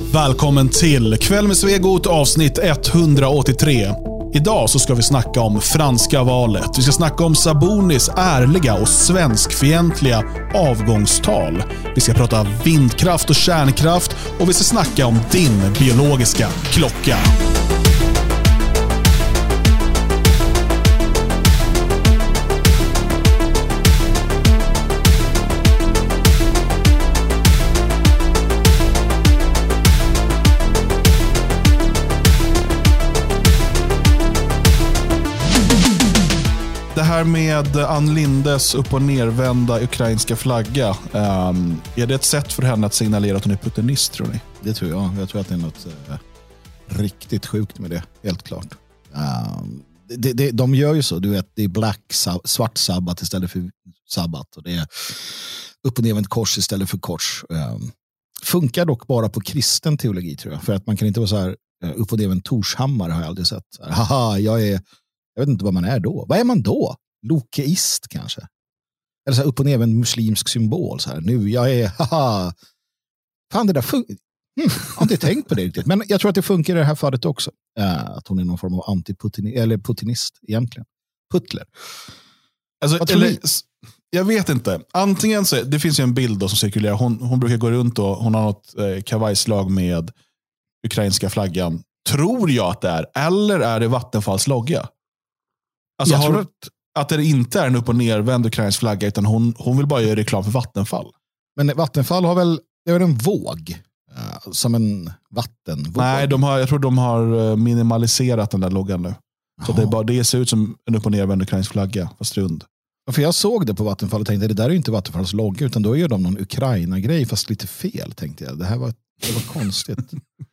Välkommen till Kväll med Svegot avsnitt 183. Idag så ska vi snacka om franska valet. Vi ska snacka om Sabonis ärliga och svenskfientliga avgångstal. Vi ska prata vindkraft och kärnkraft och vi ska snacka om din biologiska klocka. Det här med Ann Lindes upp- och nervända ukrainska flagga, är det ett sätt för henne att signalera att hon är putinist, tror ni? Det tror jag. Jag tror att det är något riktigt sjukt med det, helt klart. De gör ju så, du vet, det är svart sabbat istället för sabbat och det är upp- och nervänt kors istället för kors. Funkar dock bara på kristen teologi, tror jag. För att man kan inte vara så här upp- och nervänt Torshammar, har jag aldrig sett. Haha, jag vet inte vad man är då. Vad är man då? Lokeist kanske? Eller så här upp och ner en muslimsk symbol. Så här. Nu, jag är, haha. Fan, det där funkar. Jag har inte tänkt på det riktigt. Men jag tror att det funkar i det här fallet också. Att hon är någon form av eller putinist egentligen. Puttler. Alltså, jag vet inte. Antingen så, det finns ju en bild då som cirkulerar. Hon brukar gå runt och hon har något kavajslag med ukrainska flaggan. Tror jag att det är. Eller är det Vattenfalls logga? Alltså jag tror att det inte är en upp- och nervänd ukrainsk flagga, utan hon vill bara göra reklam för Vattenfall. Men Vattenfall har väl, det är en våg som en vattenvåg. Nej, jag tror de har minimaliserat den där loggan nu. Så det ser ut som en upp- och nervänd ukrainsk flagga, fast rund. För jag såg det på Vattenfall och tänkte, det där är ju inte Vattenfalls logga, utan då gör de någon Ukraina-grej fast lite fel, tänkte jag. Det var konstigt.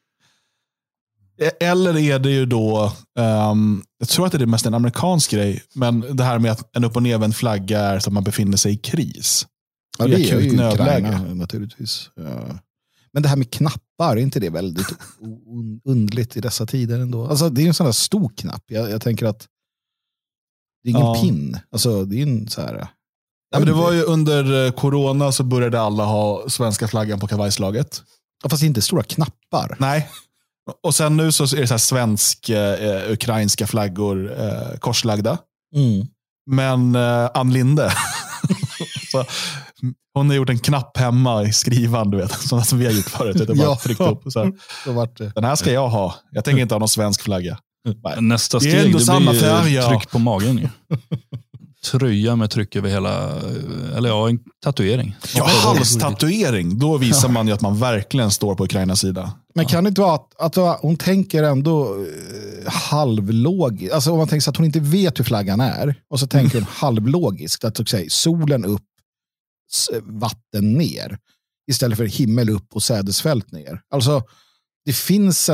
Eller är det ju då, jag tror att det är mest en amerikansk grej, men det här med att en upp- och nervänd flagga är så att man befinner sig i kris. Ja, det är ju Ukraina naturligtvis. Men det här med knappar, är inte det väldigt undligt i dessa tider ändå? Alltså det är en sån där stor knapp. Jag tänker att det är ingen pin. Alltså det är en så här... Ja, men det var ju under corona så började alla ha svenska flaggan på kavajslaget. Ja, fast inte stora knappar. Nej. Och sen nu så är det så här svensk-ukrainska flaggor korslagda. Mm. Men Ann Linde så, hon har gjort en knapp hemma i skrivan, du vet, som vi har gjort förut. Det bara tryckt upp så här. Den här ska jag ha. Jag tänker inte ha någon svensk flagga. Nej. Nästa steg, det blir tryck på magen ju. Tröja med tryck över hela, eller en tatuering. Ja, halstatuering. Då visar man ju att man verkligen står på Ukrainas sida. Men kan det inte vara att hon tänker ändå halvlogiskt? Alltså om man tänker sig att hon inte vet hur flaggan är och så tänker hon halvlogiskt att säga solen upp, vatten ner istället för himmel upp och sädesfält ner. Alltså det finns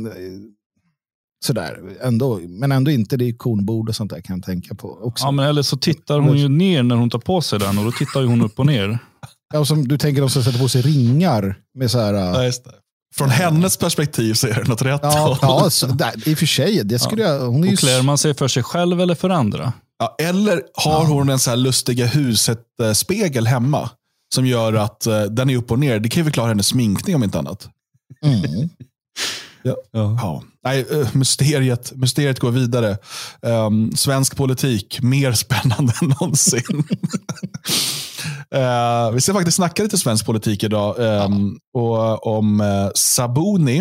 sådär ändå, men ändå inte det kornbord och sånt där kan jag tänka på också. Ja, men eller så tittar hon ju ner när hon tar på sig den och då tittar ju hon upp och ner. Ja, som du tänker de som sätter på sig ringar med så här. Ja, just det. Från hennes perspektiv så är det något rätt. Ja, så där, i och för sig. Det skulle hon är och klär man sig för sig själv eller för andra? Ja, eller har hon en så här lustiga huset-spegel hemma som gör att den är upp och ner. Det kan ju förklara hennes sminkning om inte annat. Mm. Ja. Nej, mysteriet går vidare. Svensk politik, mer spännande än någonsin. Vi ska faktiskt snacka lite svensk politik idag. Och om Sabuni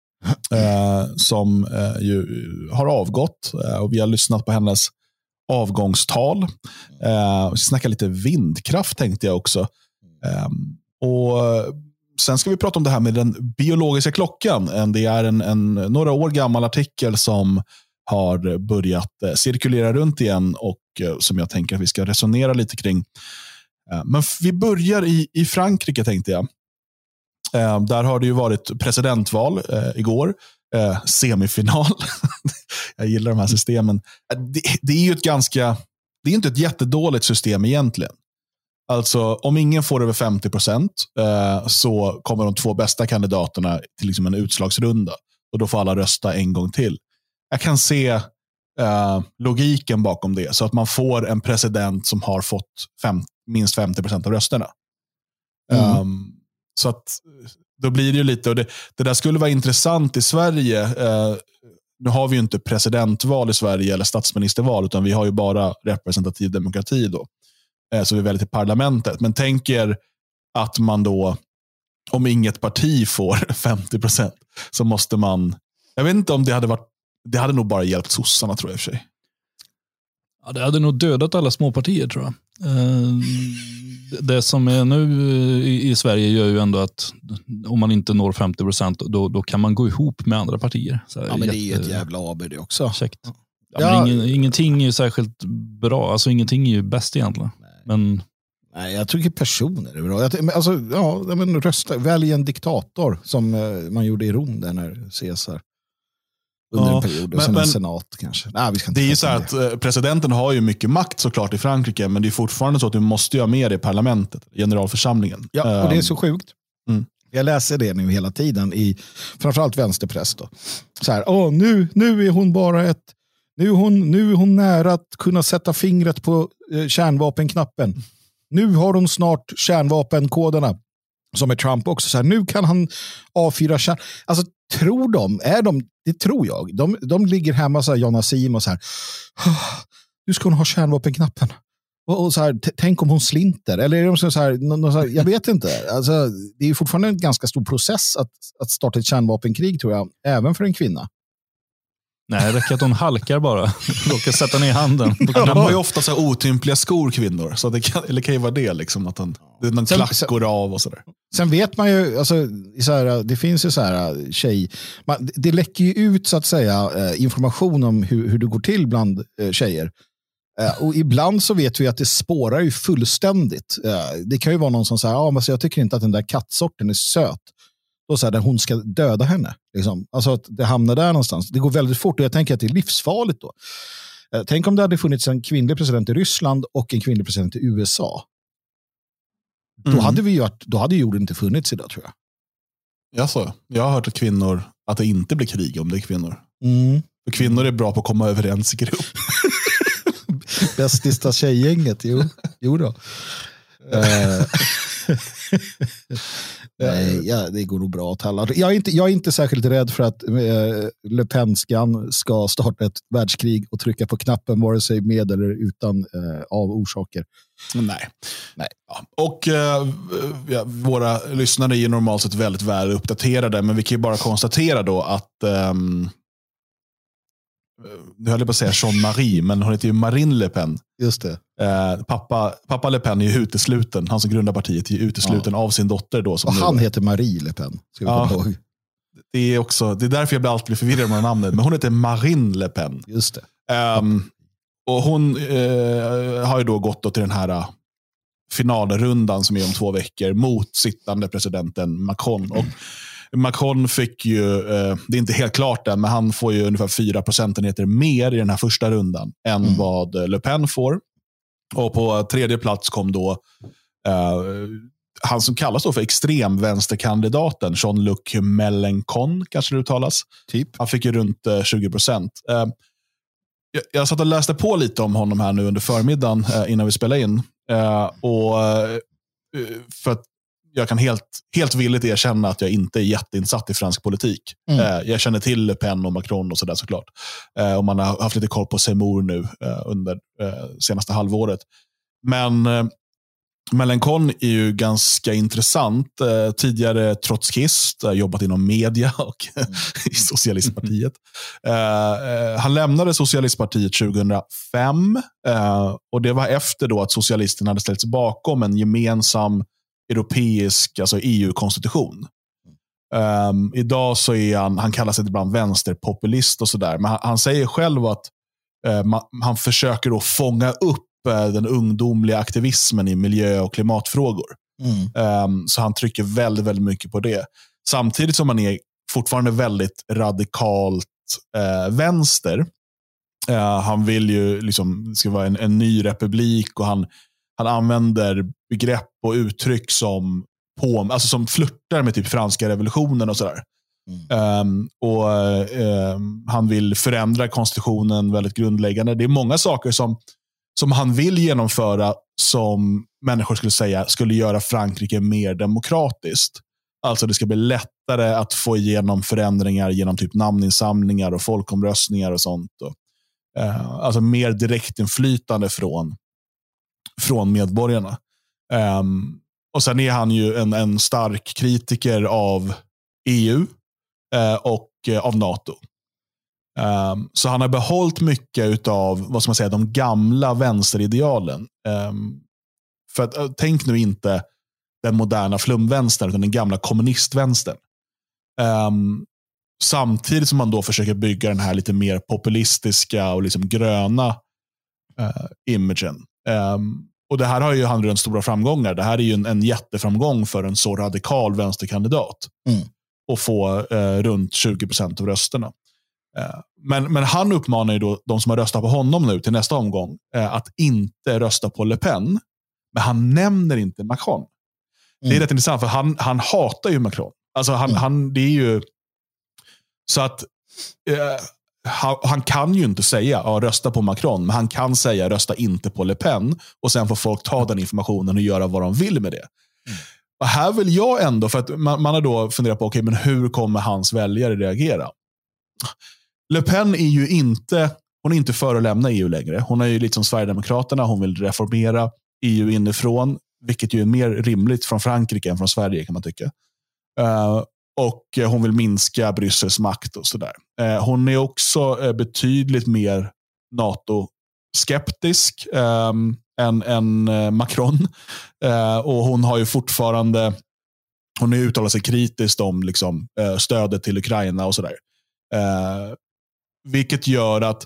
som ju har avgått. Och vi har lyssnat på hennes avgångstal. Vi ska snacka lite vindkraft, tänkte jag också. Och sen ska vi prata om det här med den biologiska klockan. Det är en några år gammal artikel som har börjat cirkulera runt igen och som jag tänker att vi ska resonera lite kring. Men vi börjar i Frankrike, tänkte jag. Där har det ju varit presidentval igår. Semifinal. Jag gillar de här systemen. Det är ju det är inte ett jättedåligt system egentligen. Alltså om ingen får över 50% så kommer de två bästa kandidaterna till liksom en utslagsrunda. Och då får alla rösta en gång till. Jag kan se logiken bakom det. Så att man får en president som har fått minst 50% av rösterna. Så att då blir det ju lite, och det där skulle vara intressant i Sverige. Nu har vi ju inte presidentval i Sverige eller statsministerval, utan vi har ju bara representativ demokrati då. Så vi väljer till parlamentet. Men tänk er att man då, om inget parti får 50%, så måste man, jag vet inte om det hade nog bara hjälpt sossarna, tror jag i och för sig. Ja, det hade nog dödat alla småpartier, tror jag. Det som är nu i Sverige gör ju ändå att om man inte når 50%, då kan man gå ihop med andra partier. Så men det är ju ett jävla aber det också. Käckt. Men ingenting är ju särskilt bra. Alltså ingenting är ju bäst egentligen. Nej, jag tycker personer är bra. Välj en diktator som man gjorde i Rom där när Caesar under en period, och sen en senat kanske. Nej, vi ska inte. Det är ju så att presidenten har ju mycket makt såklart i Frankrike, men det är fortfarande så att du måste göra med det i parlamentet, generalförsamlingen. Ja, och det är så sjukt. Jag läser det nu hela tiden i framförallt vänsterpress då. Så här, nu är hon bara nu är hon nära att kunna sätta fingret på kärnvapenknappen. Nu har hon snart kärnvapenkoderna. Som är Trump också. Så här, nu kan han avfyra Alltså, det tror jag. De ligger hemma, så här, Jan Asim och så här. Nu ska hon ha kärnvapenknappen. Och så här, tänk om hon slinter. Eller är de så här, jag vet inte. Alltså, det är fortfarande en ganska stor process att starta ett kärnvapenkrig, tror jag. Även för en kvinna. Nej, det räcker att hon halkar bara. Råkar sätta ner handen. De har ju ofta så här otympliga skor, kvinnor. Så det kan ju vara det liksom, att den klack går av och sådär. Sen vet man ju, alltså, det finns ju så här det läcker ju ut, så att säga, information om hur det går till bland tjejer. Och ibland så vet vi att det spårar ju fullständigt. Det kan ju vara någon som säger, jag tycker inte att den där kattsorten är söt. Då så här, där hon ska döda henne. Liksom. Alltså att det hamnar där någonstans. Det går väldigt fort, och jag tänker att det är livsfarligt då. Tänk om det hade funnits en kvinnlig president i Ryssland och en kvinnlig president i USA. Då hade jorden inte funnits idag, tror jag. Jaså, jag har hört att det inte blir krig om det är kvinnor. För kvinnor är bra på att komma överens i grupp. Bästista tjejgänget, jo då. Nej, det går nog bra att tala. Jag är inte särskilt rädd för att Le Penskan ska starta ett världskrig och trycka på knappen, vare sig med eller utan av orsaker. Nej. Ja. Och våra lyssnare är ju normalt sett väldigt väl uppdaterade, men vi kan ju bara konstatera då att nu höll jag på att säga Jean-Marie, men hon heter ju Marine Le Pen. Just det. Pappa Le Pen är ju utesluten. Han som grundar partiet är ju utesluten av sin dotter då. Som och han heter Marie Le Pen. Ska vi komma ihåg. Det är därför jag alltid blir förvirrad med namnet. Men hon heter Marine Le Pen. Just det. Och hon har ju då gått till den här finalrundan som är om 2 veckor mot sittande presidenten Macron. Och Macron fick ju, det är inte helt klart än, men han får ju ungefär 4 procentenheter mer i den här första rundan än vad Le Pen får. Och på 3:e plats kom då han som kallas då för extremvänsterkandidaten, Jean-Luc Mélenchon, kanske det uttalas. Typ. Han fick ju runt 20%. Jag satt och läste på lite om honom här nu under förmiddagen innan vi spelade in. Och för att jag kan helt villigt erkänna att jag inte är jätteinsatt i fransk politik. Jag känner till Le Pen och Macron och sådär såklart. Och man har haft lite koll på Zemmour nu under senaste halvåret. Men Mélenchon är ju ganska intressant. Tidigare trotskist, jobbat inom media och i Socialistpartiet. Han lämnade Socialistpartiet 2005 och det var efter då att socialisterna hade ställt sig bakom en gemensam europeisk, alltså EU-konstitution. Idag så är han kallar sig ibland vänsterpopulist och sådär, men han säger själv att han försöker då fånga upp den ungdomliga aktivismen i miljö- och klimatfrågor. Så han trycker väldigt, väldigt mycket på det. Samtidigt som han är fortfarande väldigt radikalt vänster. Han vill ju liksom, det ska vara en ny republik, och han använder begrepp och uttryck som flörtar med typ franska revolutionen och sådär. Han vill förändra konstitutionen väldigt grundläggande. Det är många saker som han vill genomföra som människor skulle säga skulle göra Frankrike mer demokratiskt. Alltså det ska bli lättare att få igenom förändringar genom typ namninsamlingar och folkomröstningar och sånt. Alltså mer direktinflytande från medborgarna. Och sen är han ju en stark kritiker av EU och av NATO. Så han har behållit mycket av, vad ska man säga, de gamla vänsteridealen. För att, tänk nu inte den moderna flumvänstern utan den gamla kommunistvänstern. Samtidigt som man då försöker bygga den här lite mer populistiska och liksom gröna imagen. Och det här har ju han rönt stora framgångar. Det här är ju en jätteframgång för en så radikal vänsterkandidat. Och få runt 20% av rösterna. Men han uppmanar ju då de som har röstat på honom nu till nästa omgång att inte rösta på Le Pen. Men han nämner inte Macron. Det är rätt intressant för han hatar ju Macron. Alltså det är ju så att han kan ju inte säga rösta på Macron, men han kan säga rösta inte på Le Pen och sen får folk ta den informationen och göra vad de vill med det. Och här vill jag ändå, för att man har då funderat på okej, men hur kommer hans väljare reagera? Le Pen är ju inte för att lämna EU längre. Hon är ju lite som Sverigedemokraterna, hon vill reformera EU inifrån, vilket ju är mer rimligt från Frankrike än från Sverige kan man tycka. Och hon vill minska Bryssels makt och sådär. Hon är också betydligt mer NATO-skeptisk än Macron. Och hon har ju fortfarande, hon har uttalat sig kritiskt om liksom, stödet till Ukraina och sådär. Vilket gör att,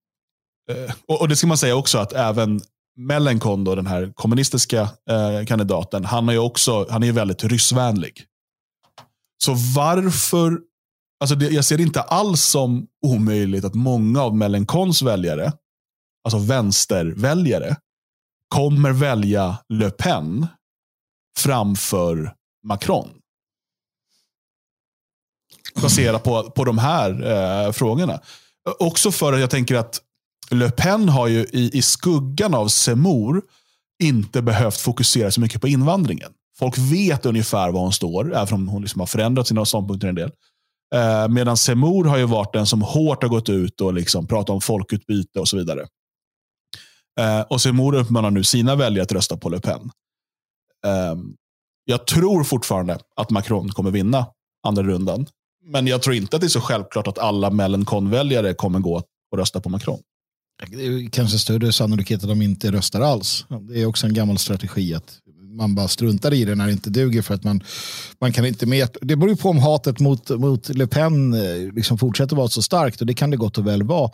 och det ska man säga också att även Mélenchon då, den här kommunistiska kandidaten, han är ju väldigt ryssvänlig. Så varför, alltså jag ser det inte alls som omöjligt att många av Mélenchons väljare, alltså vänsterväljare, kommer välja Le Pen framför Macron. Baserat på de här frågorna. Också för att jag tänker att Le Pen har ju i skuggan av Zemmour inte behövt fokusera så mycket på invandringen. Folk vet ungefär var hon står, även om hon liksom har förändrat sina ståndpunkter en del. Medan Zemmour har ju varit den som hårt har gått ut och liksom pratat om folkutbyte och så vidare. Och Zemmour uppmanar nu sina väljare att rösta på Le Pen. Jag tror fortfarande att Macron kommer vinna andra rundan. Men jag tror inte att det är så självklart att alla Mélenchon-väljare kommer gå och rösta på Macron. Det är kanske större sannolikhet att de inte röstar alls. Det är också en gammal strategi att man bara struntar i det när det inte duger för att man kan inte med. Det beror ju på om hatet mot Le Pen liksom fortsätter vara så starkt, och det kan det gott och väl vara.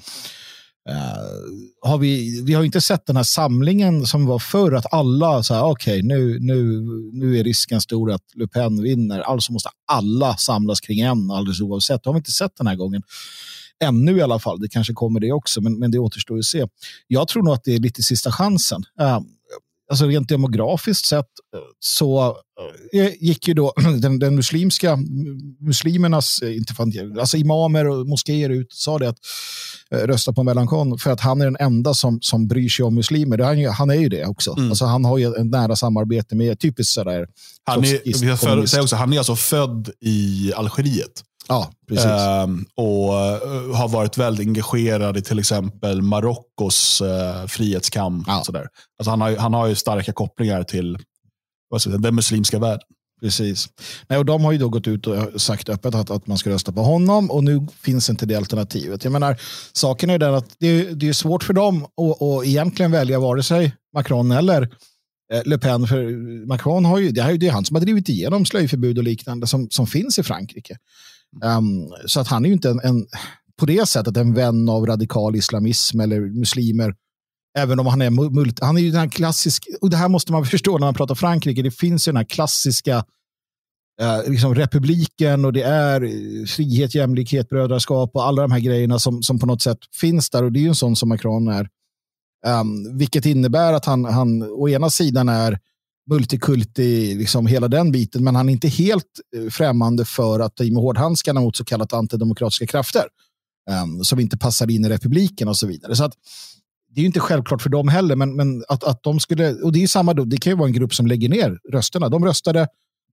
Vi har inte sett den här samlingen som var förr, att alla så här, okej, nu är risken stor att Le Pen vinner, alltså måste alla samlas kring en alldeles oavsett. Det har vi inte sett den här gången. Ännu i alla fall, det kanske kommer det också, men det återstår att se. Jag tror nog att det är lite sista chansen. Alltså rent demografiskt sett så gick ju då den muslimernas, alltså imamer och moskéer ut och sa det att rösta på Mélenchon för att han är den enda som bryr sig om muslimer. Han är ju det också. Alltså han har ju en nära samarbete med typiskt sådär. Han är alltså född i Algeriet. Ja, precis. Och har varit väldigt engagerad i till exempel Marockos frihetskamp. Ja. Sådär. Alltså han har ju starka kopplingar till den muslimska världen. Precis. Nej, och de har ju då gått ut och sagt öppet att man ska rösta på honom, och nu finns inte det alternativet. Jag menar, saken är den att det är svårt för dem att egentligen välja vare sig Macron eller Le Pen, för Macron har ju, det är han som har drivit igenom slöjförbud och liknande som finns i Frankrike. Så att han är ju inte på det sättet en vän av radikal islamism eller muslimer, även om han är han är ju den här klassiska, och det här måste man förstå när man pratar Frankrike, det finns ju den här klassiska liksom republiken, och det är frihet, jämlikhet, brödraskap och alla de här grejerna som på något sätt finns där, och det är ju en sån som Macron är. Vilket innebär att han å ena sidan är multikulti, liksom hela den biten, men han är inte helt främmande för att ta i med hårdhandskarna mot så kallat antidemokratiska krafter som inte passar in i republiken och så vidare. Så att det är ju inte självklart för dem heller, men att de skulle, och det är samma då, det kan ju vara en grupp som lägger ner rösterna. De röstade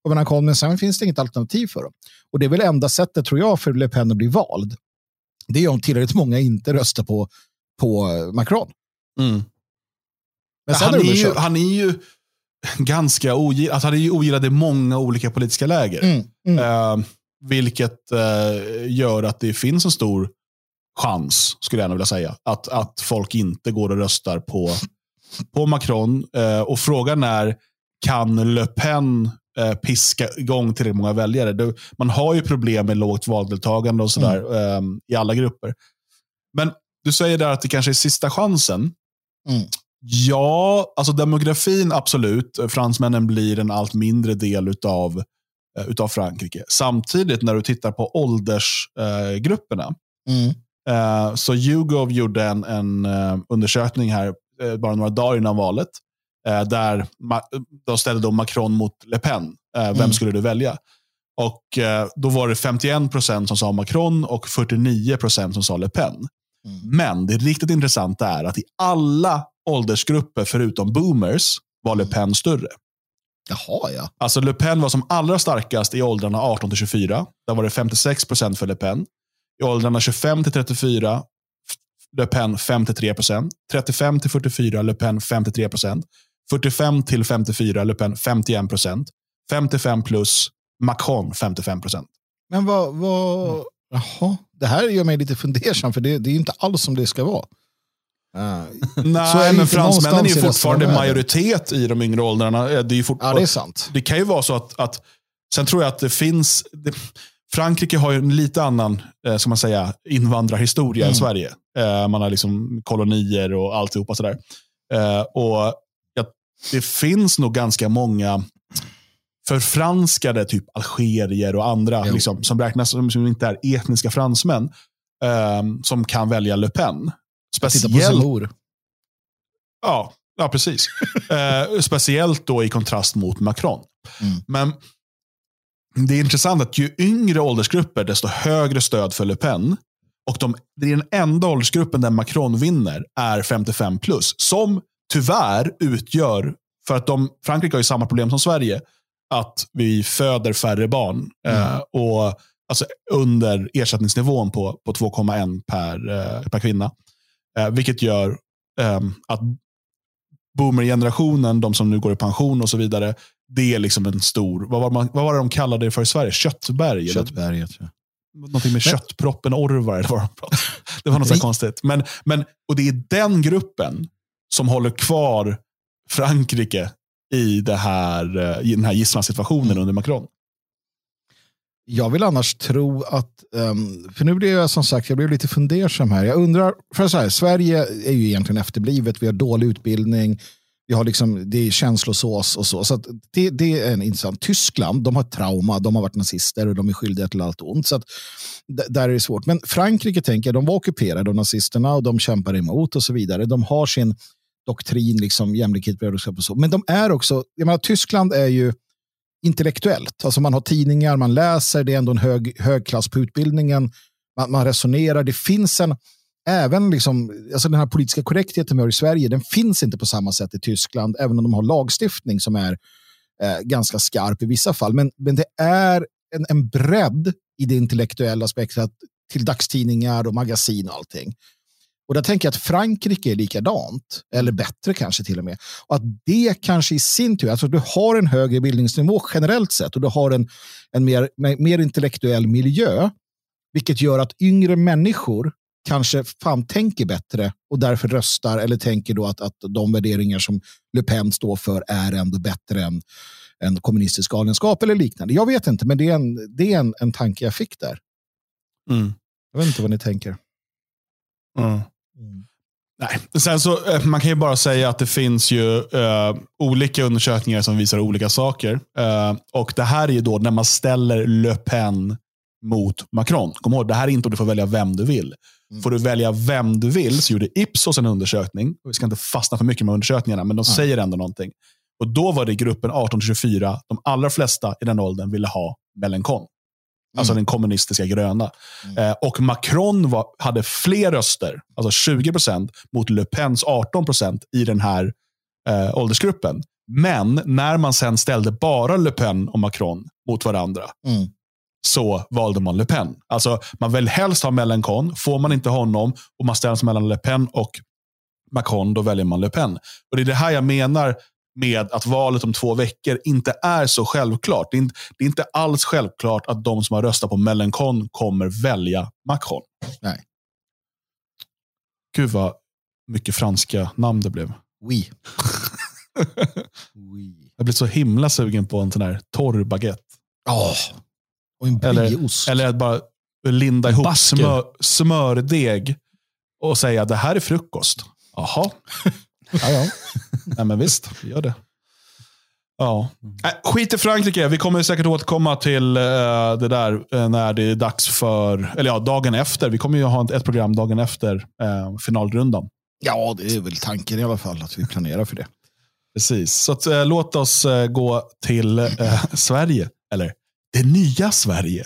på Mélenchon, men sen finns det inget alternativ för dem. Och det är väl enda sättet, tror jag, för Le Pen att bli vald. Det är om tillräckligt många inte röstar på Macron. Mm. Men han är ju ganska ogillad. Alltså han är ju ogillad i många olika politiska läger. Vilket gör att det finns en stor chans, skulle jag nog vilja säga, att folk inte går och röstar på Macron. Och frågan är, kan Le Pen piska igång tillräckligt många väljare? Man har ju problem med lågt valdeltagande och sådär i alla grupper. Men du säger där att det kanske är sista chansen. Ja, alltså demografin absolut. Fransmännen blir en allt mindre del utav Frankrike. Samtidigt när du tittar på åldersgrupperna så YouGov gjorde en undersökning här bara några dagar innan valet där de ställde Macron mot Le Pen. Vem skulle du välja? Och då var det 51% som sa Macron och 49% som sa Le Pen. Men det riktigt intressanta är att i alla åldersgrupper förutom boomers var Le Pen större. Jaha, ja. Alltså Le Pen var som allra starkast i åldrarna 18-24. Där var det 56% för Le Pen. I åldrarna 25-34 Le Pen 53%. 35-44 Le Pen 53%. 45-54 Le Pen 51%. 55 plus Macron 55%. Men vad... Jaha, det här gör mig lite fundersam, för det är ju inte alls som det ska vara. Nej, men fransmännen är ju fortfarande majoritet i de yngre åldrarna. Det är ju ja, det är sant. Det kan ju vara så att sen tror jag att det finns... Frankrike har ju en lite annan, ska man säga, invandrarhistoria än Sverige. Man har liksom kolonier och alltihopa sådär. Och det finns nog ganska många förfranskade, typ algerier och andra liksom, som räknas som inte är etniska fransmän, som kan välja Le Pen. Speciellt, ja, precis. Speciellt då i kontrast mot Macron. Men det är intressant att ju yngre åldersgrupper, desto högre stöd för Le Pen. Och det är den enda åldersgruppen där Macron vinner är 55 plus. Som tyvärr utgör, för att Frankrike har ju samma problem som Sverige, att vi föder färre barn. Och alltså under ersättningsnivån på 2,1 per kvinna. Vilket gör att boomer-generationen, de som nu går i pension och så vidare, det är liksom en stor, vad var det de kallade det för i Sverige? Köttberg? Köttberget, ja. Någonting med köttproppen Orvar, eller vad de pratade. Det var något så konstigt. Och det är den gruppen som håller kvar Frankrike i den här gisslansituationen under Macron. Jag vill annars tro att, för nu blir jag som sagt, jag blir lite fundersam här. Jag undrar, för så här, Sverige är ju egentligen efterblivet, vi har dålig utbildning, vi har liksom, det är känslosås och så. Så att det är en intressant. Tyskland, de har trauma, de har varit nazister och de är skyldiga till allt ont. Så att där är det svårt. Men Frankrike, tänker jag, de var ockuperade av nazisterna och de kämpar emot och så vidare. De har sin doktrin, liksom jämlikhet, bröderskap och så. Men de är också, jag menar, Tyskland är ju intellektuellt. Alltså man har tidningar, man läser, det är ändå en hög klass på utbildningen. Man resonerar, det finns även liksom, alltså den här politiska korrektheten vi har i Sverige, den finns inte på samma sätt i Tyskland, även om de har lagstiftning som är ganska skarp i vissa fall. Men det är en bredd i det intellektuella aspektet till dagstidningar och magasin och allting. Och där tänker jag att Frankrike är likadant, eller bättre kanske till och med. Och att det kanske i sin tur, alltså du har en högre bildningsnivå generellt sett och du har en mer intellektuell miljö, vilket gör att yngre människor kanske tänker bättre och därför röstar eller tänker då att de värderingar som Le Pen står för är ändå bättre än kommunistisk galenskap eller liknande. Jag vet inte, men det är en tanke jag fick där. Jag vet inte vad ni tänker. Nej. Sen så, man kan ju bara säga att det finns ju olika undersökningar som visar olika saker. Och det här är ju då när man ställer Le Pen mot Macron. Kom ihåg, det här är inte om du får välja vem du vill. Får du välja vem du vill, så gjorde Ipsos en undersökning. Vi ska inte fastna för mycket med undersökningarna, men de säger ändå någonting. Och då var det i gruppen 18-24, de allra flesta i den åldern ville ha Mélenchon. Alltså den kommunistiska gröna. Och Macron hade fler röster, alltså 20% mot Le Pens 18% i den här åldersgruppen. Men när man sen ställde bara Le Pen och Macron mot varandra så valde man Le Pen. Alltså man vill helst ha Mélenchon. Får man inte honom och man ställs mellan Le Pen och Macron, då väljer man Le Pen. Och det är det här jag menar med att valet om 2 veckor inte är så självklart. Det är inte alls självklart att de som har röstat på Mélenchon kommer välja Macron. Nej. Gud vad mycket franska namn det blev. Oui. Oui. Jag blir så himla sugen på en sån här torr baguette. Och en brieost. Eller att bara linda ihop smördeg och säga det här är frukost. Jaha. Ja. Nej, men visst, vi gör det. Ja. Skit i Frankrike. Vi kommer säkert återkomma till det där när det är dags för, eller ja, dagen efter. Vi kommer ju ha ett program dagen efter finalrundan. Ja, det är väl tanken i alla fall att vi planerar för det. Precis. Så att, låt oss gå till Sverige. Eller det nya Sverige.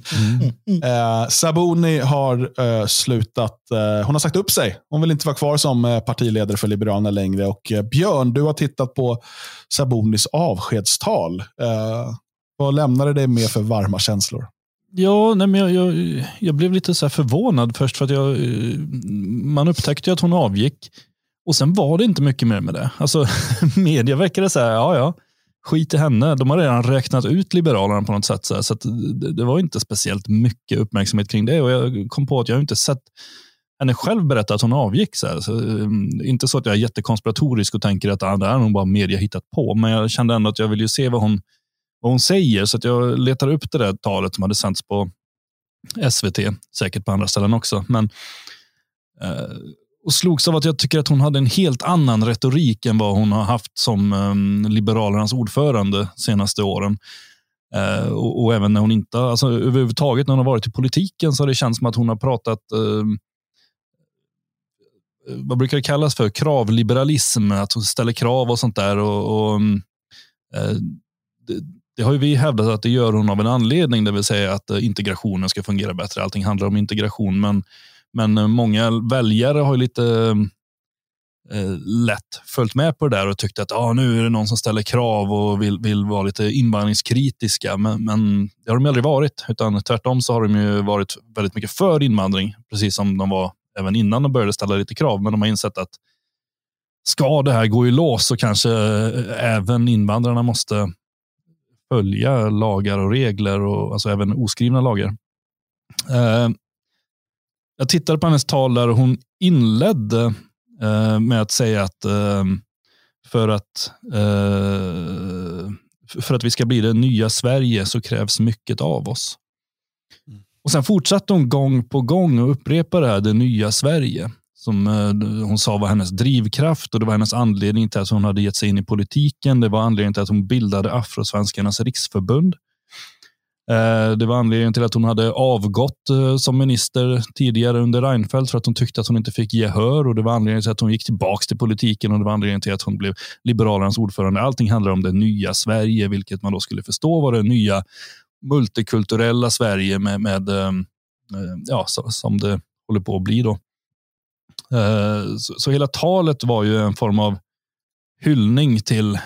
Sabuni har slutat. Hon har sagt upp sig. Hon vill inte vara kvar som partiledare för Liberalerna längre. Och Björn, du har tittat på Sabunis avskedstal. Vad lämnade det med för varma känslor? Ja, nej, men jag blev lite så här förvånad först för att man upptäckte att hon avgick. Och sen var det inte mycket mer med det. Alltså media verkade säga, ja, skit i henne. De har redan räknat ut Liberalerna på något sätt. Så att det var inte speciellt mycket uppmärksamhet kring det. Och jag kom på att jag inte sett henne själv berätta att hon avgick. Så inte så att jag är jättekonspiratorisk och tänker att det är nog bara media hittat på. Men jag kände ändå att jag vill ju se vad hon säger. Så att jag letar upp det där talet som hade sänts på SVT. Säkert på andra ställen också. Men och slogs av att jag tycker att hon hade en helt annan retorik än vad hon har haft som Liberalernas ordförande senaste åren. Och även när hon inte, alltså överhuvudtaget när hon har varit i politiken så har det känts som att hon har pratat vad brukar det kallas för? Kravliberalism, att hon ställer krav och sånt där. Det har ju vi hävdat att det gör hon av en anledning, det vill säga att integrationen ska fungera bättre. Allting handlar om integration, men många väljare har ju lite lätt följt med på det där och tyckt att nu är det någon som ställer krav och vill vara lite invandringskritiska. Men det har de aldrig varit, utan tvärtom så har de ju varit väldigt mycket för invandring, precis som de var även innan de började ställa lite krav. Men de har insett att ska det här gå i lås så kanske även invandrarna måste följa lagar och regler, och alltså även oskrivna lagar. Jag tittade på hennes tal där och hon inledde med att säga att för att vi ska bli det nya Sverige så krävs mycket av oss. Och sen fortsatte hon gång på gång och upprepade det nya Sverige som hon sa var hennes drivkraft, och det var hennes anledning till att hon hade gett sig in i politiken. Det var anledningen till att hon bildade Afrosvenskarnas riksförbund. Det var anledningen till att hon hade avgått som minister tidigare under Reinfeldt för att hon tyckte att hon inte fick gehör, och det var anledningen till att hon gick tillbaka till politiken, och det var anledningen till att hon blev Liberalernas ordförande. Allting handlar om det nya Sverige, vilket man då skulle förstå var det nya multikulturella Sverige med som det håller på att bli då. Så hela talet var ju en form av hyllning till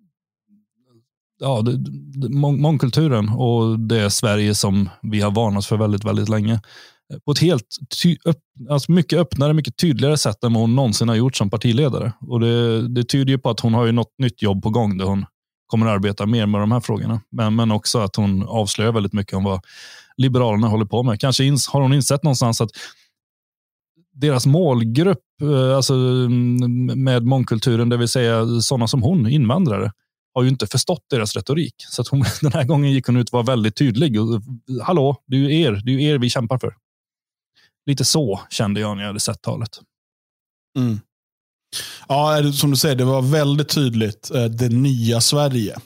mångkulturen och det Sverige som vi har varnat för väldigt, väldigt länge. På ett helt mycket öppnare, mycket tydligare sätt än vad hon någonsin har gjort som partiledare. Och det tyder ju på att hon har ju något nytt jobb på gång där hon kommer att arbeta mer med de här frågorna. Men också att hon avslöjar väldigt mycket om vad Liberalerna håller på med. Kanske har hon insett någonstans att deras målgrupp, alltså med mångkulturen, det vill säga sådana som hon, invandrare, har ju inte förstått deras retorik. Så att hon, den här gången gick hon ut och var väldigt tydlig. Och, hallå, det är ju er vi kämpar för. Lite så kände jag när jag hade sett talet. Mm. Ja, som du säger, det var väldigt tydligt det nya Sverige.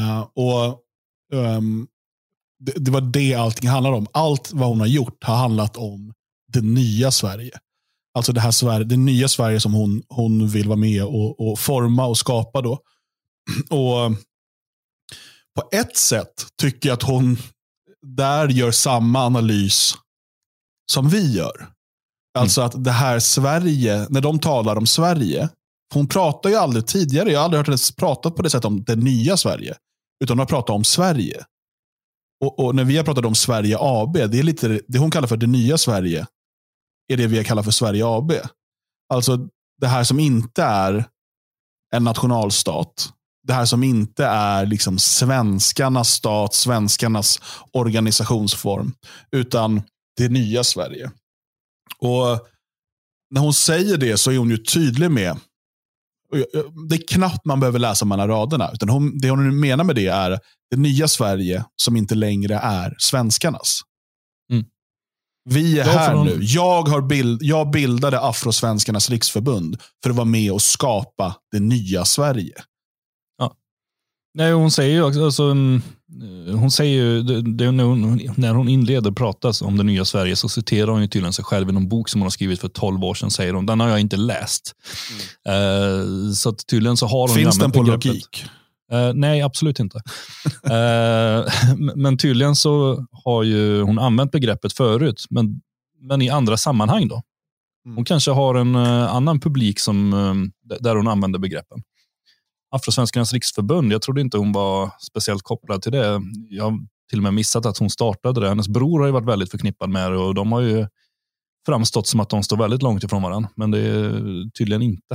Det var det allting handlade om. Allt vad hon har gjort har handlat om det nya Sverige. Alltså det här Sverige, det nya Sverige som hon vill vara med och forma och skapa då. Och på ett sätt tycker jag att hon där gör samma analys som vi gör. Alltså att det här Sverige, när de talar om Sverige, hon pratar ju aldrig tidigare, jag har aldrig hört henne prata på det sättet om det nya Sverige, utan hon har pratat om Sverige. Och när vi har pratat om Sverige AB, det är lite det hon kallar för det nya Sverige, är det vi kallar för Sverige AB. Alltså det här som inte är en nationalstat, det här som inte är liksom svenskarnas stat, svenskarnas organisationsform, utan det nya Sverige. Och när hon säger det så är hon ju tydlig med, det är knappt man behöver läsa mellan raderna, utan det hon menar med det är det nya Sverige som inte längre är svenskarnas. Mm. Vi är här nu. Jag bildade Afrosvenskarnas riksförbund för att vara med och skapa det nya Sverige. Ja. Nej, hon säger ju också, alltså, hon säger ju, när hon inleder pratas om det nya Sverige så citerar hon ju tydligen sig själv i någon bok som hon har skrivit för 12 år sedan, säger hon. Den har jag inte läst. Så att tydligen så har hon... Finns den på logik? Nej, absolut inte. Men tydligen så har ju hon använt begreppet förut, men i andra sammanhang då. Hon kanske har en annan publik där hon använder begreppen. Afrosvenskarnas riksförbund, jag trodde inte hon var speciellt kopplad till det. Jag har till och med missat att hon startade det. Hennes bror har ju varit väldigt förknippad med det och de har ju framstått som att de står väldigt långt ifrån varandra. Men det är tydligen inte.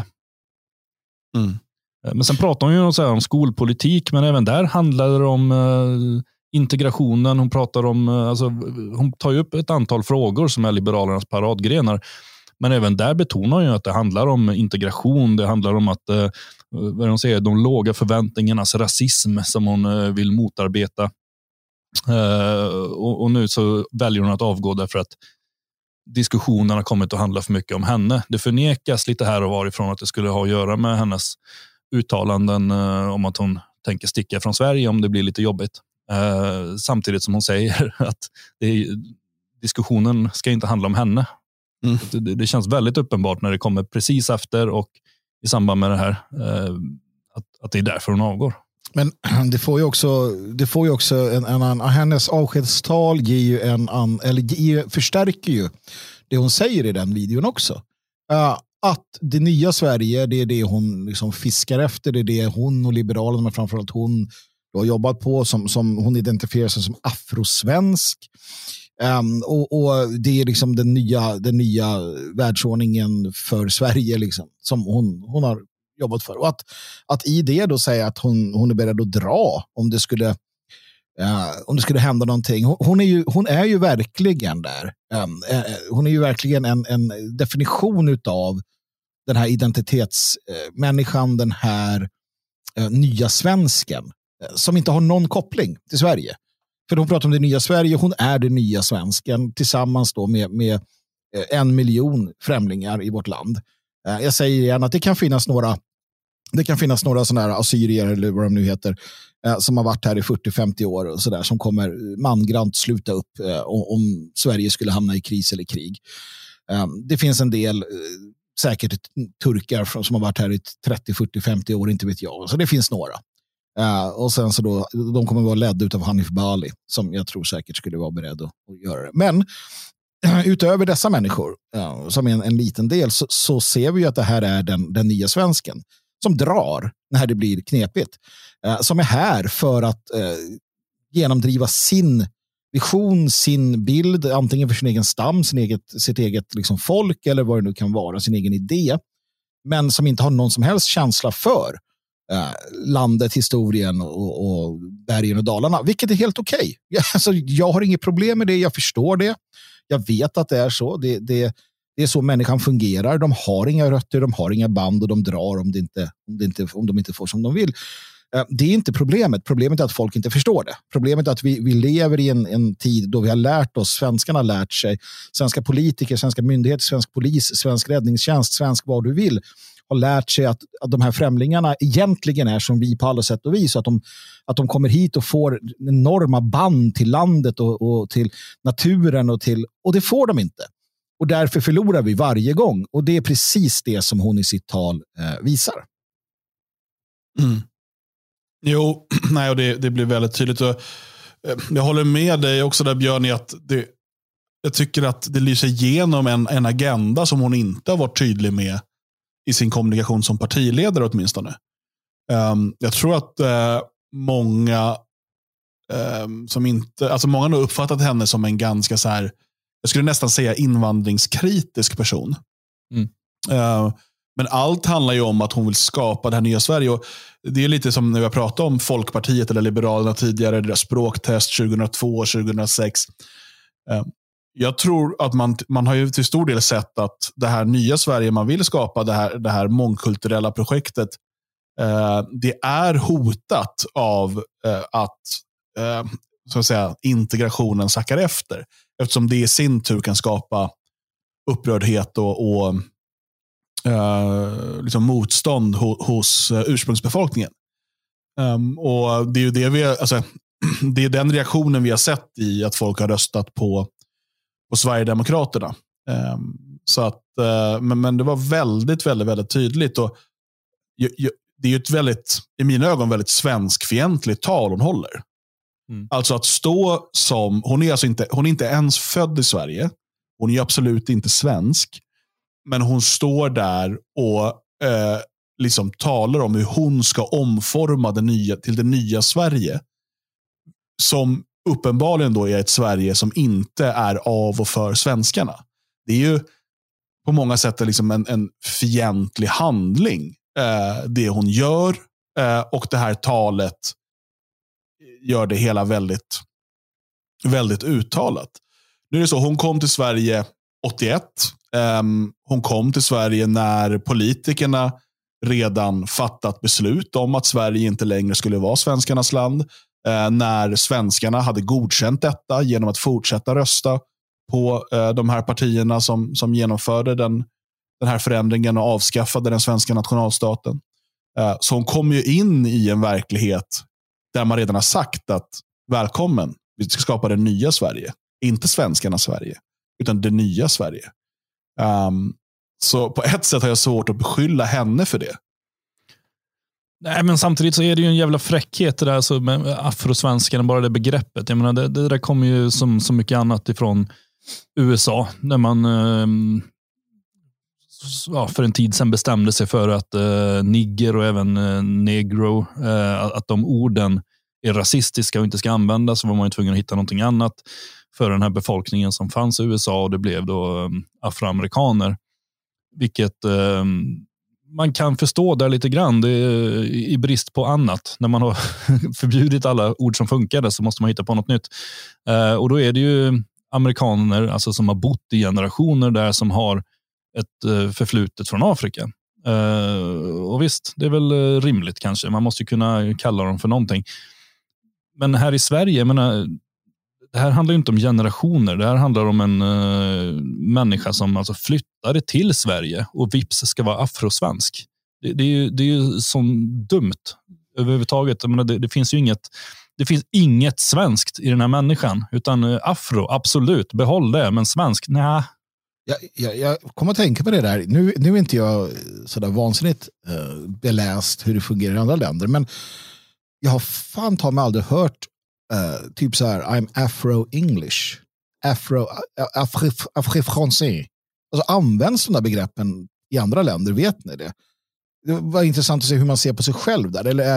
Men sen pratar hon ju om skolpolitik, men även där handlar det om integrationen. Hon pratar om, hon tar ju upp ett antal frågor som är liberalernas paradgrenar. Men även där betonar ju att det handlar om integration. Det handlar om att vad de säger, de låga förväntningarnas rasism som hon vill motarbeta. Och nu så väljer hon att avgå därför att diskussionerna har kommit att handla för mycket om henne. Det förnekas lite här och varifrån att det skulle ha att göra med hennes uttalanden om att hon tänker sticka från Sverige om det blir lite jobbigt. Samtidigt som hon säger att diskussionen ska inte handla om henne. Det känns väldigt uppenbart när det kommer precis efter och i samband med det här att det är därför hon avgår. Men det får ju också hennes avskedstal förstärker ju det hon säger i den videon också. Att det nya Sverige, det är det hon liksom fiskar efter, det är det hon och Liberalerna, men framförallt hon har jobbat på, som hon identifierar sig som afrosvensk. Och det är liksom den nya världsordningen för Sverige liksom, som hon har jobbat för. Och att i det då säga att hon är beredd att dra om det skulle hända någonting. Hon är ju verkligen där. Hon är ju verkligen en definition utav den här identitetsmänniskan, den här nya svensken som inte har någon koppling till Sverige. För hon pratar om det nya Sverige, hon är det nya svensken tillsammans då med 1 miljon främlingar i vårt land. Jag säger igen att det kan finnas några sådana här assyrier eller vad de nu heter som har varit här i 40-50 år och sådär, som kommer mangrant sluta upp om Sverige skulle hamna i kris eller krig. Det finns en del säkert turkar som har varit här i 30, 40, 50 år, inte vet jag. Så det finns några. Och sen så då, de kommer vara ledda utav Hanif Bali, som jag tror säkert skulle vara beredd att göra det. Men utöver dessa människor, som är en liten del, så ser vi ju att det här är den nya svensken som drar när det blir knepigt. Som är här för att genomdriva sin vision, sin bild, antingen för sin egen stam, sitt eget liksom folk eller vad det nu kan vara, sin egen idé. Men som inte har någon som helst känsla för landet, historien och bergen och dalarna, vilket är helt okej. Alltså, jag har inget problem med det, jag förstår det. Jag vet att det är så. Det är så människan fungerar. De har inga rötter, de har inga band och de drar om de inte får som de vill. Det är inte problemet. Problemet är att folk inte förstår det. Problemet är att vi lever i en tid då vi har lärt oss, svenskarna har lärt sig, svenska politiker, svenska myndigheter, svensk polis, svensk räddningstjänst, svensk vad du vill, har lärt sig att de här främlingarna egentligen är som vi på alla sätt och vis. Att de kommer hit och får enorma band till landet och till naturen och det får de inte. Och därför förlorar vi varje gång. Och det är precis det som hon i sitt tal visar. Mm. Jo, nej, och det blir väldigt tydligt. Och jag håller med dig också där, Björn, i att jag tycker att det lyser igenom en agenda som hon inte har varit tydlig med i sin kommunikation som partiledare åtminstone. Jag tror att många som inte, alltså många har uppfattat henne som en ganska så här, jag skulle nästan säga invandringskritisk person. Men allt handlar ju om att hon vill skapa det här nya Sverige. Och det är lite som när vi har pratat om Folkpartiet eller Liberalerna tidigare, deras språktest 2002 och 2006. Jag tror att man har ju till stor del sett att det här nya Sverige man vill skapa, det här mångkulturella projektet, det är hotat av att, så att säga, integrationen sackar efter. Eftersom det i sin tur kan skapa upprördhet och liksom motstånd hos ursprungsbefolkningen. Och det är ju det är den reaktionen vi har sett i att folk har röstat på Sverigedemokraterna. Så att, men det var väldigt, väldigt, väldigt tydligt. Och det är ju ett väldigt, i mina ögon, väldigt svenskfientligt tal hon håller. Alltså att stå som, hon är inte ens född i Sverige. Hon är absolut inte svensk. Men hon står där och liksom talar om hur hon ska omforma till det nya Sverige. Som uppenbarligen då är ett Sverige som inte är av och för svenskarna. Det är ju på många sätt liksom en fientlig handling. Det hon gör, och det här talet gör det hela väldigt, väldigt uttalat. Nu är det så, hon kom till Sverige 81. Hon kom till Sverige när politikerna redan fattat beslut om att Sverige inte längre skulle vara svenskarnas land. När svenskarna hade godkänt detta genom att fortsätta rösta på de här partierna som genomförde den här förändringen och avskaffade den svenska nationalstaten. Så hon kom ju in i en verklighet där man redan har sagt att välkommen, vi ska skapa det nya Sverige. Inte svenskarnas Sverige, utan det nya Sverige. Så på ett sätt har jag svårt att beskylla henne för det. Nej, men samtidigt så är det ju en jävla fräckhet det där, alltså med afrosvenskarna, bara det begreppet. Jag menar, det där kommer ju som så mycket annat ifrån USA, när man för en tid sedan bestämde sig för att nigger och även negro, att de orden är rasistiska och inte ska användas, så var man ju tvungen att hitta någonting annat för den här befolkningen som fanns i USA, och det blev då afroamerikaner. Vilket man kan förstå där lite grann, det är i brist på annat. När man har förbjudit alla ord som funkade så måste man hitta på något nytt. Och då är det ju amerikaner, alltså, som har bott i generationer där, som har ett förflutet från Afrika. Och visst, det är väl rimligt kanske. Man måste ju kunna kalla dem för någonting. Men här i Sverige, jag menar, det här handlar ju inte om generationer. Det här handlar om en människa som alltså flyttade till Sverige och vips ska vara afrosvensk. Det är ju så dumt överhuvudtaget. Jag menar, det finns ju inget svenskt i den här människan, utan afro, absolut, behåll det, men svensk, nej. Jag kommer att tänka på det där. Nu är inte jag sådär vansinnigt beläst hur det fungerar i andra länder, men jag har fan ta mig aldrig hört typ så här, I'm afro-english, afro-français. Alltså används de där begreppen i andra länder, vet ni det? Det var intressant att se hur man ser på sig själv där. Eller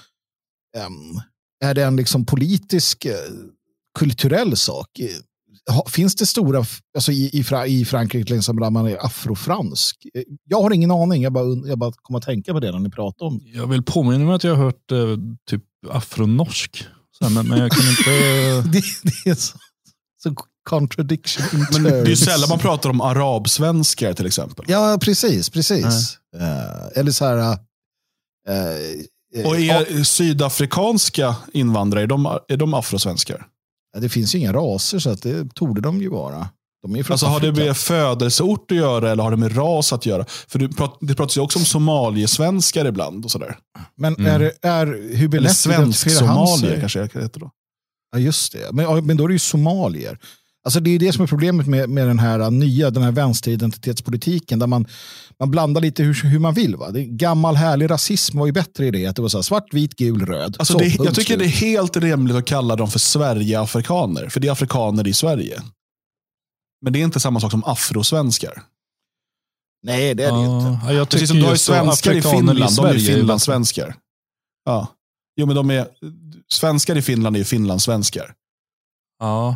är det en liksom politisk, kulturell sak? Finns det stora, alltså i Frankrike liksom, där man är afrofransk? Jag har ingen aning, jag bara kommer att tänka på det när ni pratar om. Jag vill påminna mig att jag har hört typ afronorsk. Men jag kan inte... det är så contradiction. Men det är ju sällan man pratar om arabsvenskar till exempel. Ja, precis. Eller så här... och är sydafrikanska invandrare, är de afrosvenskar? Det finns ju inga raser, så att det torde de ju vara. De är alltså, har det med födelseort att göra eller har det med ras att göra? För det pratas ju också om somaliesvenskar ibland och sådär. Men hur blir eller svensk-somalier kanske jag heter då. Ja, just det. Men då är det ju somalier. Alltså det är det som är problemet med den här vänsteridentitetspolitiken, där man blandar lite hur man vill. Va? Det gammal härlig rasism var ju bättre i det, att det var så här, svart, vit, gul, röd. Alltså jag tycker det är helt rimligt att kalla dem för Sverige-afrikaner, för det är afrikaner i Sverige. Men det är inte samma sak som afrosvenskar. Nej, det är det ju inte. Jag Precis som du har ju svenskar i Finland, de är finlandssvenskar. Ja. Jo, men svenskar i Finland är ju finlandssvenskar. Ja.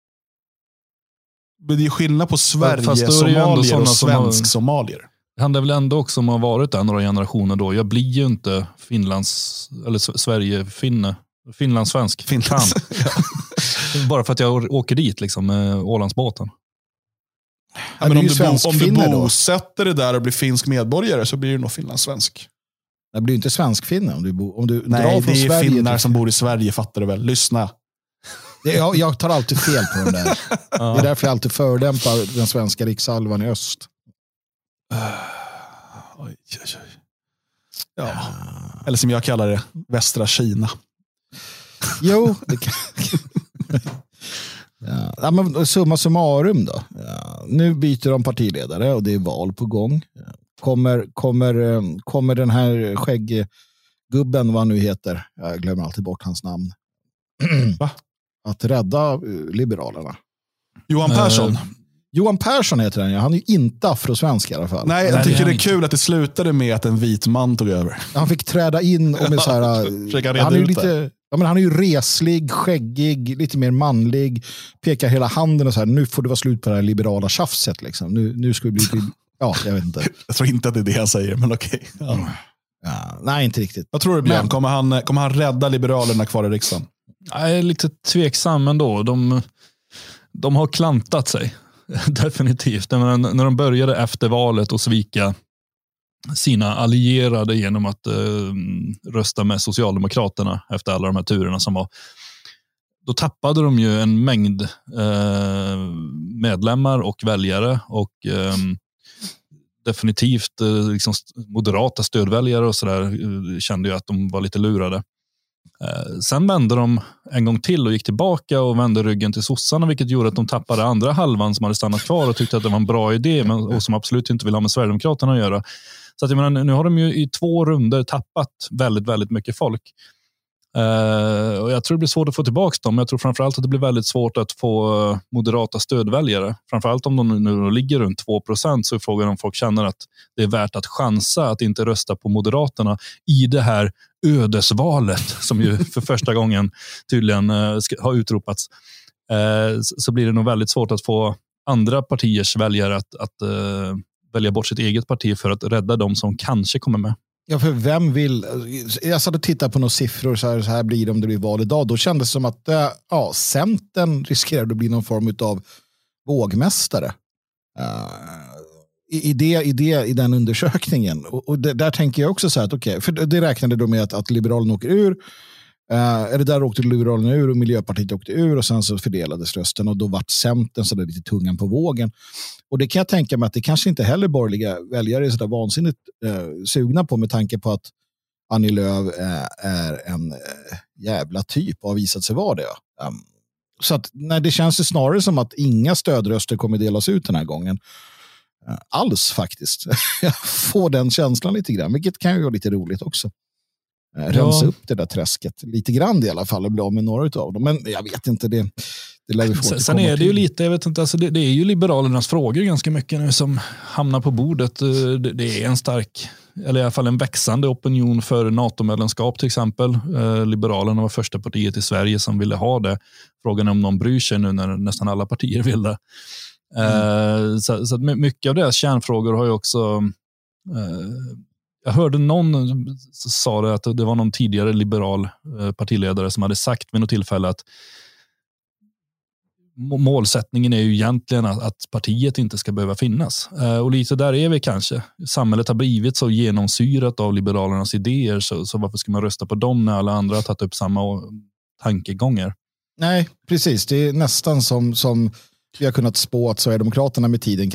Men det är skillnad på Sverige-somalier och svensk-somalier. Det handlar väl ändå också om att ha varit där några generationer då. Jag blir ju inte Sverige-finne. Finlandssvensk. Bara för att jag åker dit liksom, med Ålandsbåten. Ja, men om du bosätter dig där och blir finsk medborgare så blir du nog finlandssvensk. Det blir ju inte svensk-finne om du Nej, drar från det är Sverige finnar som bor i Sverige, fattar du väl? Lyssna. Jag tar alltid fel på den där. Det är därför jag alltid fördämpar den svenska rikshalvan i öst. Oj. Ja. Eller som jag kallar det, västra Kina. Jo, det kan... Ja, men summa summarum då. Ja, nu byter de partiledare och det är val på gång. Kommer den här skägggubben, vad han nu heter, jag glömmer alltid bort hans namn, Va? Att rädda Liberalerna? Johan Persson. Johan Persson heter han, ja. Han är ju inte afrosvensk i alla fall. Nej, jag tycker det är kul att det slutade med att en vit man tog över. Han fick träda in och med så här... han är ju lite... Ja, men han är ju reslig, skäggig, lite mer manlig, pekar hela handen och så här, nu får det vara slut på det här liberala tjafset liksom. Nu ska vi bli... Ja, jag vet inte. Jag tror inte att det är det han säger, men okej. Ja. Ja, nej, inte riktigt. Vad tror du, Björn? Kommer han rädda Liberalerna kvar i riksdagen? Jag är lite tveksam ändå. De har klantat sig. Definitivt. När de började efter valet och svika sina allierade genom att rösta med Socialdemokraterna efter alla de här turerna som var. Då tappade de ju en mängd medlemmar och väljare och definitivt liksom moderata stödväljare och sådär kände ju att de var lite lurade. Sen vände de en gång till och gick tillbaka och vände ryggen till sossarna, vilket gjorde att de tappade andra halvan som hade stannat kvar och tyckte att det var en bra idé och som absolut inte vill ha med Sverigedemokraterna att göra. Så att jag menar, nu har de ju i 2 runder tappat väldigt, väldigt mycket folk. Och jag tror det blir svårt att få tillbaka dem. Jag tror framförallt att det blir väldigt svårt att få moderata stödväljare. Framförallt om de nu ligger runt 2%, så är frågan om folk känner att det är värt att chansa att inte rösta på Moderaterna i det här ödesvalet som ju för första gången tydligen har utropats. Så blir det nog väldigt svårt att få andra partiers väljare att välja bort sitt eget parti för att rädda dem som kanske kommer med. Ja, för vem vill... Jag satt och tittade på några siffror, så här blir det om det blir val idag. Då kändes det som att Centern riskerar att bli någon form av vågmästare. I den undersökningen. Och där tänker jag också så här att okej, för det räknade då med att Liberalerna åker ur. Eller där åkte Liberalerna ur och Miljöpartiet åkte ur och sen så fördelades rösten och då vart Centern så där lite tungan på vågen. Och det kan jag tänka mig att det kanske inte heller borgerliga väljare är så där vansinnigt sugna på, med tanke på att Annie Lööf är en jävla typ och har visat sig vara det. Så att, nej, det känns ju snarare som att inga stödröster kommer delas ut den här gången. Alls faktiskt. Jag får den känslan lite grann, vilket kan ju vara lite roligt också. Rensa upp det där träsket lite grann i alla fall och bli av med några av dem. Men jag vet inte, det lär vi få. Sen är det ju lite, jag vet inte, alltså det är ju Liberalernas frågor ganska mycket nu som hamnar på bordet. Det är en stark, eller i alla fall en växande opinion för NATO-medlemskap till exempel. Liberalerna var första partiet i Sverige som ville ha det. Frågan är om någon bryr sig nu när nästan alla partier vill det. Så mycket av deras kärnfrågor har ju också... Jag hörde någon sa det, att det var någon tidigare liberal partiledare som hade sagt vid något tillfälle att målsättningen är ju egentligen att partiet inte ska behöva finnas. Och lite där är vi kanske. Samhället har blivit så genomsyrat av Liberalernas idéer, så varför ska man rösta på dem när alla andra har tagit upp samma tankegångar? Nej, precis. Det är nästan som vi har kunnat spå att Sverigedemokraterna med tiden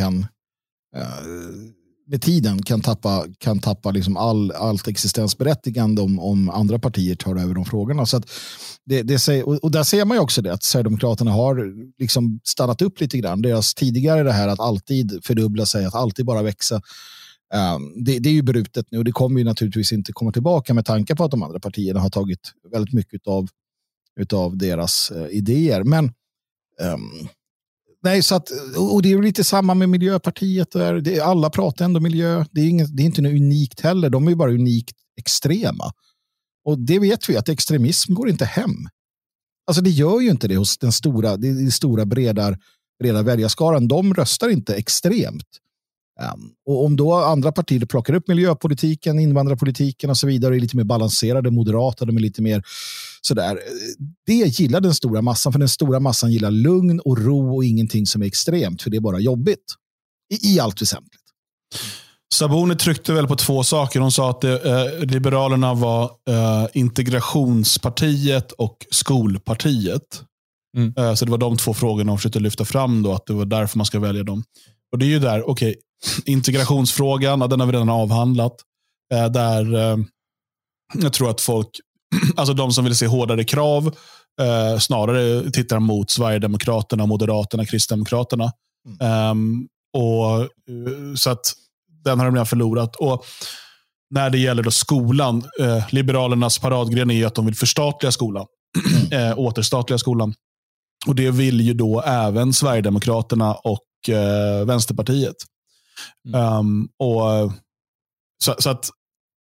kan tappa liksom allt existensberättigande om andra partier tar över de frågorna. Så att och där ser man ju också det, att Sverigedemokraterna har liksom stannat upp lite grann. Deras tidigare det här att alltid fördubbla sig, att alltid bara växa, det är ju brutet nu, och det kommer ju naturligtvis inte komma tillbaka med tanke på att de andra partierna har tagit väldigt mycket utav deras idéer. Men nej, så att, och det är ju lite samma med Miljöpartiet. Alla pratar ändå miljö. Det är inte något unikt heller. De är ju bara unikt extrema. Och det vet vi att extremism går inte hem. Alltså det gör ju inte det hos den stora breda väljarskaran. De röstar inte extremt. Och om då andra partier plockar upp miljöpolitiken, invandrarpolitiken och så vidare, är lite mer balanserade, moderata, de är lite mer sådär. Det gillar den stora massan, för den stora massan gillar lugn och ro och ingenting som är extremt, för det är bara jobbigt. I allt väsentligt. Sabuni tryckte väl på 2 saker. Hon sa att Liberalerna var integrationspartiet och skolpartiet. Så det var de 2 frågorna hon försökte lyfta fram då, att det var därför man ska välja dem. Och det är ju där, okej, integrationsfrågan, den har vi redan avhandlat. Där jag tror att folk, alltså de som vill se hårdare krav, snarare tittar mot Sverigedemokraterna, Moderaterna, Kristdemokraterna. Så att den har de redan förlorat. Och när det gäller då skolan, Liberalernas paradgren är ju att de vill förstatliga skolan. Återstatliga skolan. Och det vill ju då även Sverigedemokraterna och Vänsterpartiet. Så att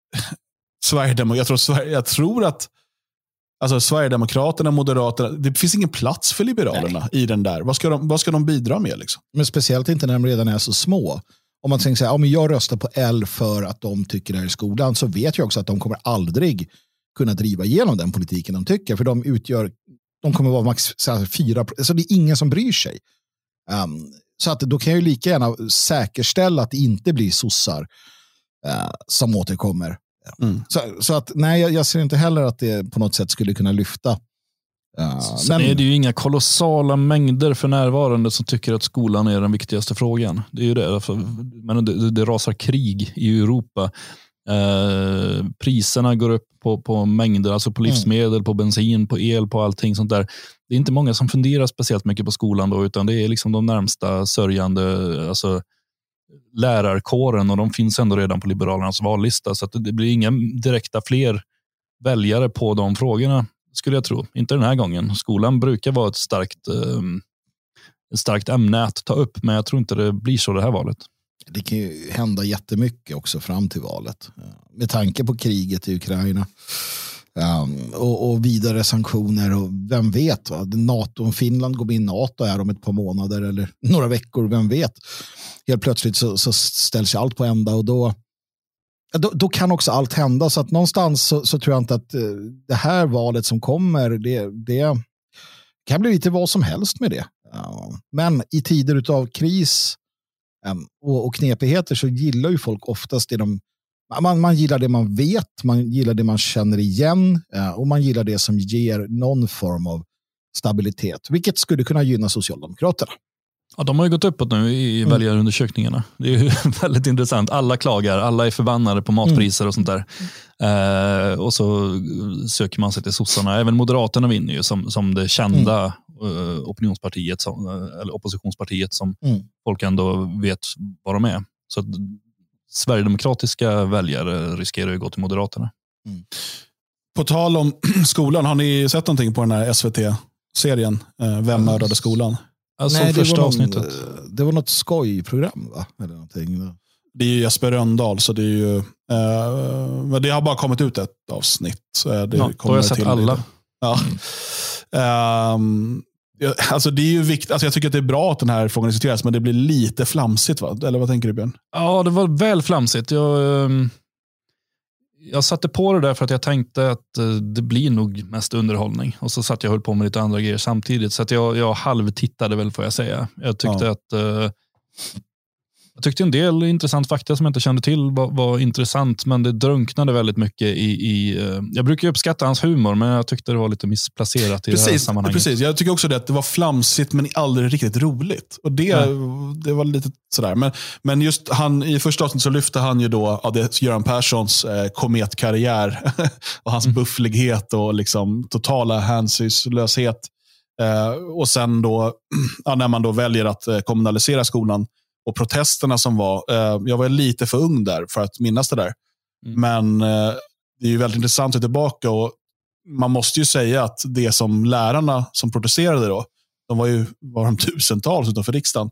jag tror att alltså Sverigedemokraterna, Moderaterna, det finns ingen plats för Liberalerna i den där. Vad ska de bidra med liksom? Men speciellt inte när de redan är så små. Om man tänker så här, om jag röstar på L för att de tycker det här i skolan, så vet jag också att de kommer aldrig kunna driva igenom den politiken de tycker, för de kommer vara max 4, så det är ingen som bryr sig. Så att då kan jag ju lika gärna säkerställa att det inte blir sossar som återkommer. Så att nej, jag ser inte heller att det på något sätt skulle kunna lyfta. Sen är det ju inga kolossala mängder för närvarande som tycker att skolan är den viktigaste frågan. Det är ju det. Men det rasar krig i Europa. Priserna går upp på mängder, alltså på livsmedel, på bensin, på el, på allting sånt där. Det är inte många som funderar speciellt mycket på skolan då, utan det är liksom de närmsta sörjande, alltså lärarkåren, och de finns ändå redan på Liberalernas vallista, så att det blir inga direkta fler väljare på de frågorna, skulle jag tro. Inte den här gången. Skolan brukar vara ett starkt ämne att ta upp, men jag tror inte det blir så det här valet. Det kan ju hända jättemycket också fram till valet. Med tanke på kriget i Ukraina. Och vidare sanktioner, och vem vet, va? NATO och Finland går med i NATO här om ett par månader eller några veckor, vem vet. Helt plötsligt så ställs allt på ända, och då kan också allt hända, så att någonstans så tror jag inte att det här valet som kommer, det kan bli lite vad som helst med det. Men i tider av kris och knepigheter så gillar ju folk oftast det man gillar det man vet, man gillar det man känner igen, och man gillar det som ger någon form av stabilitet, vilket skulle kunna gynna Socialdemokraterna. Ja, de har ju gått uppåt nu i väljarundersökningarna. Det är ju väldigt intressant. Alla klagar, alla är förbannade på matpriser och sånt där. Och så söker man sig till sossarna. Även Moderaterna vinner ju som det kända opinionspartiet, eller oppositionspartiet som folk ändå vet vad de är. Så att sverigedemokratiska väljare riskerar ju att gå till Moderaterna. På tal om skolan, har ni sett någonting på den här SVT-serien? Vem mördade skolan? Alltså nej, första avsnittet. Det var något skojprogram, va? Eller någonting. Det är ju Jesper Rönndahl, så det är ju men det har bara kommit ut ett avsnitt. Då har jag sett alla. Ja. Alltså det är ju viktigt, alltså jag tycker att det är bra att den här frågan diskuteras, men det blir lite flamsigt, va? Eller vad tänker du, Björn? Ja, det var väl flamsigt. Jag satte på det där för att jag tänkte att det blir nog mest underhållning. Och så satt jag och höll på med lite andra grejer samtidigt. Så att jag halvtittade väl, får jag säga. Jag tyckte jag tyckte en del intressant fakta som jag inte kände till var intressant, men det drunknade väldigt mycket i jag brukar uppskatta hans humor, men jag tyckte det var lite missplacerat i det här sammanhanget. Precis, jag tycker också att det var flamsigt men aldrig riktigt roligt. Och det var lite sådär. Men just han, i första avsnittet så lyfte han ju då det Göran Perssons kometkarriär och hans bufflighet och liksom totala hänsynslöshet. Och sen då, när man då väljer att kommunalisera skolan, och protesterna som var, jag var lite för ung där för att minnas det där. Men det är ju väldigt intressant att tillbaka, och man måste ju säga att det som lärarna som protesterade då, var de tusentals utanför riksdagen.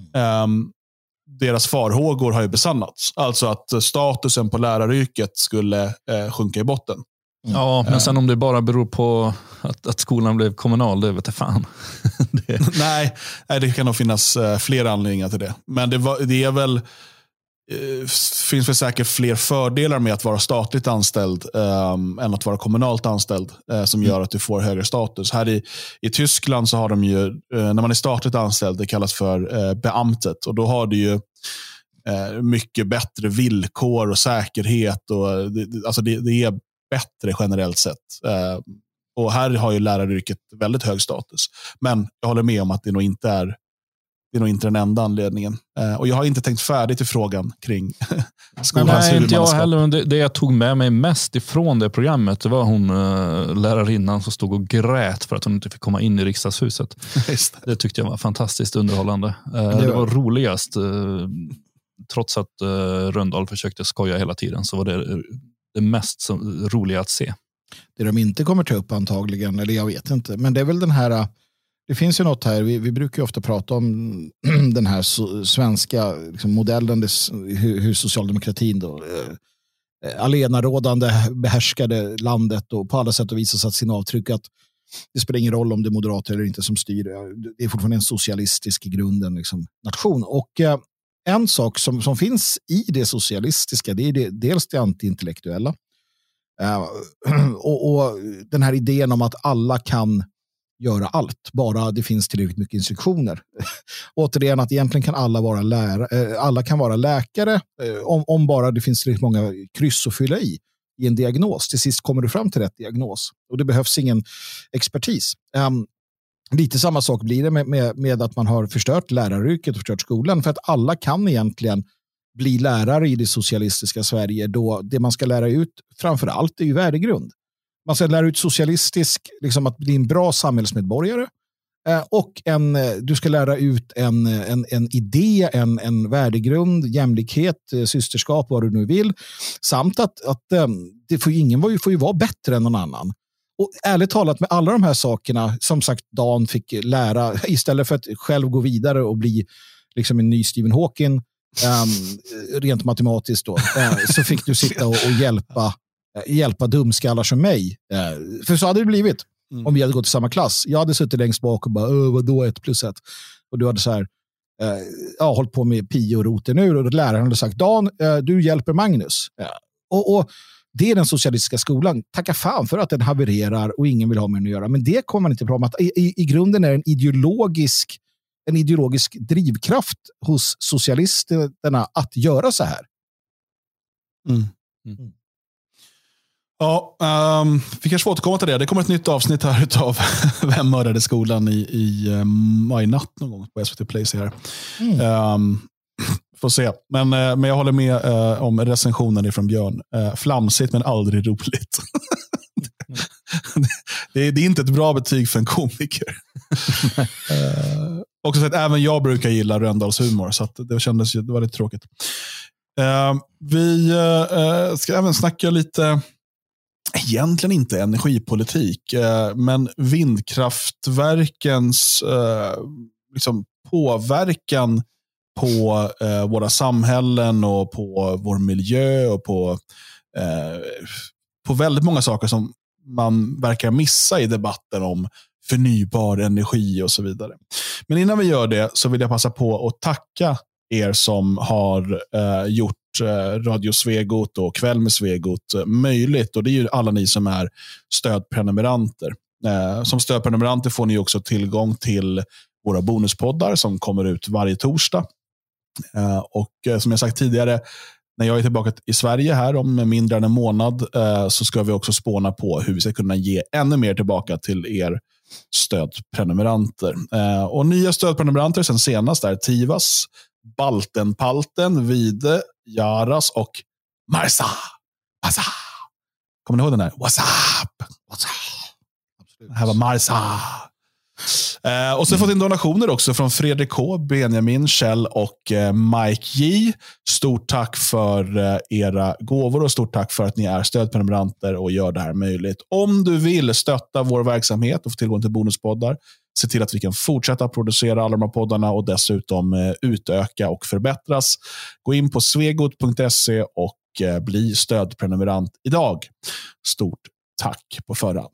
Deras farhågor har ju besannats. Alltså att statusen på läraryrket skulle sjunka i botten. Ja, men sen om det bara beror på att skolan blev kommunal, det vet jag fan. Nej, det kan nog finnas flera anledningar till det. Men det är väl finns väl säkert fler fördelar med att vara statligt anställd än att vara kommunalt anställd som gör att du får högre status. Här i Tyskland så har de ju, när man är statligt anställd, det kallas för beamtet, och då har du ju mycket bättre villkor och säkerhet, och alltså det är bättre generellt sett. Och här har ju läraryrket väldigt hög status. Men jag håller med om att det nog inte är den enda anledningen. Och jag har inte tänkt färdigt i frågan kring skolans huvudmannaskap. Nej, inte jag heller. Men det jag tog med mig mest ifrån det programmet, det var hon lärarinnan som stod och grät för att hon inte fick komma in i riksdagshuset. Det tyckte jag var fantastiskt underhållande. Det var roligast. Trots att Rönndahl försökte skoja hela tiden, så var det mest roliga att se. Det de inte kommer ta upp antagligen, eller jag vet inte, men det är väl den här, det finns ju något här, vi brukar ju ofta prata om den här svenska liksom, modellen, hur socialdemokratin då allenarådande behärskade landet och på alla sätt och vis har satt sin avtryck, att det spelar ingen roll om det är moderater eller inte som styr, det är fortfarande en socialistisk i grunden liksom, nation. Och en sak som finns i det socialistiska, det är dels det antiintellektuella. Och den här idén om att alla kan göra allt, bara det finns tillräckligt mycket instruktioner. Återigen att egentligen kan alla kan vara läkare om bara det finns tillräckligt många kryss att fylla i en diagnos. Till sist kommer du fram till rätt diagnos och det behövs ingen expertis. Lite samma sak blir det med att man har förstört läraryrket och förstört skolan, för att alla kan egentligen bli lärare i det socialistiska Sverige, då det man ska lära ut framför allt är ju värdegrund. Man ska lära ut socialistisk, liksom att bli en bra samhällsmedborgare, och du ska lära ut en idé, en värdegrund, jämlikhet, systerskap, vad du nu vill, samt att ingen får ju vara bättre än någon annan. Och ärligt talat, med alla de här sakerna, som sagt, Dan fick lära, istället för att själv gå vidare och bli liksom en ny Stephen Hawking, rent matematiskt då, så fick du sitta och hjälpa dumskallar som mig. För så hade det blivit om vi hade gått i samma klass. Jag hade suttit längst bak och bara, vadå 1 + 1? Och du hade så här, hållit på med pi och roter nu, och läraren hade sagt, Dan, du hjälper Magnus. Och det är den socialistiska skolan. Tacka fan för att den havererar och ingen vill ha med den att göra. Men det kommer man inte prata om. Att i grunden är en ideologisk drivkraft hos socialisterna att göra så här. Ja, vi kanske får återkomma till det. Det kommer ett nytt avsnitt här av Vem mördade skolan i majnatt någon gång på SVT Play här. Får se. Men jag håller med om recensionen från Björn. Flamsigt men aldrig roligt. Det är inte ett bra betyg för en komiker. Också så att även jag brukar gilla Rönndahls humor, så att det kändes ju, det var lite tråkigt. Vi ska även snacka lite, egentligen inte energipolitik, men vindkraftverkens liksom påverkan på våra samhällen och på vår miljö och på väldigt många saker som man verkar missa i debatten om förnybar energi och så vidare. Men innan vi gör det så vill jag passa på att tacka er som har gjort Radio Svegot och Kväll med Svegot möjligt, och det är ju alla ni som är stödprenumeranter. Som stödprenumeranter får ni också tillgång till våra bonuspoddar som kommer ut varje torsdag. Och som jag sagt tidigare, när jag är tillbaka i Sverige här om mindre än en månad, så ska vi också spåna på hur vi ska kunna ge ännu mer tillbaka till er stödprenumeranter. Och nya stödprenumeranter sen senast är Tivas, Baltenpalten, Vide, Jaras och Marsa. Kommer ni ihåg den här? What's up? Det här var Marsa. Och så har fått in donationer också från Fredrik K, Benjamin, Kjell och Mike J. Stort tack för era gåvor och stort tack för att ni är stödprenumeranter och gör det här möjligt. Om du vill stötta vår verksamhet och få tillgång till bonuspoddar, se till att vi kan fortsätta producera alla de här poddarna och dessutom utöka och förbättras. Gå in på svegot.se och bli stödprenumerant idag. Stort tack på förhand.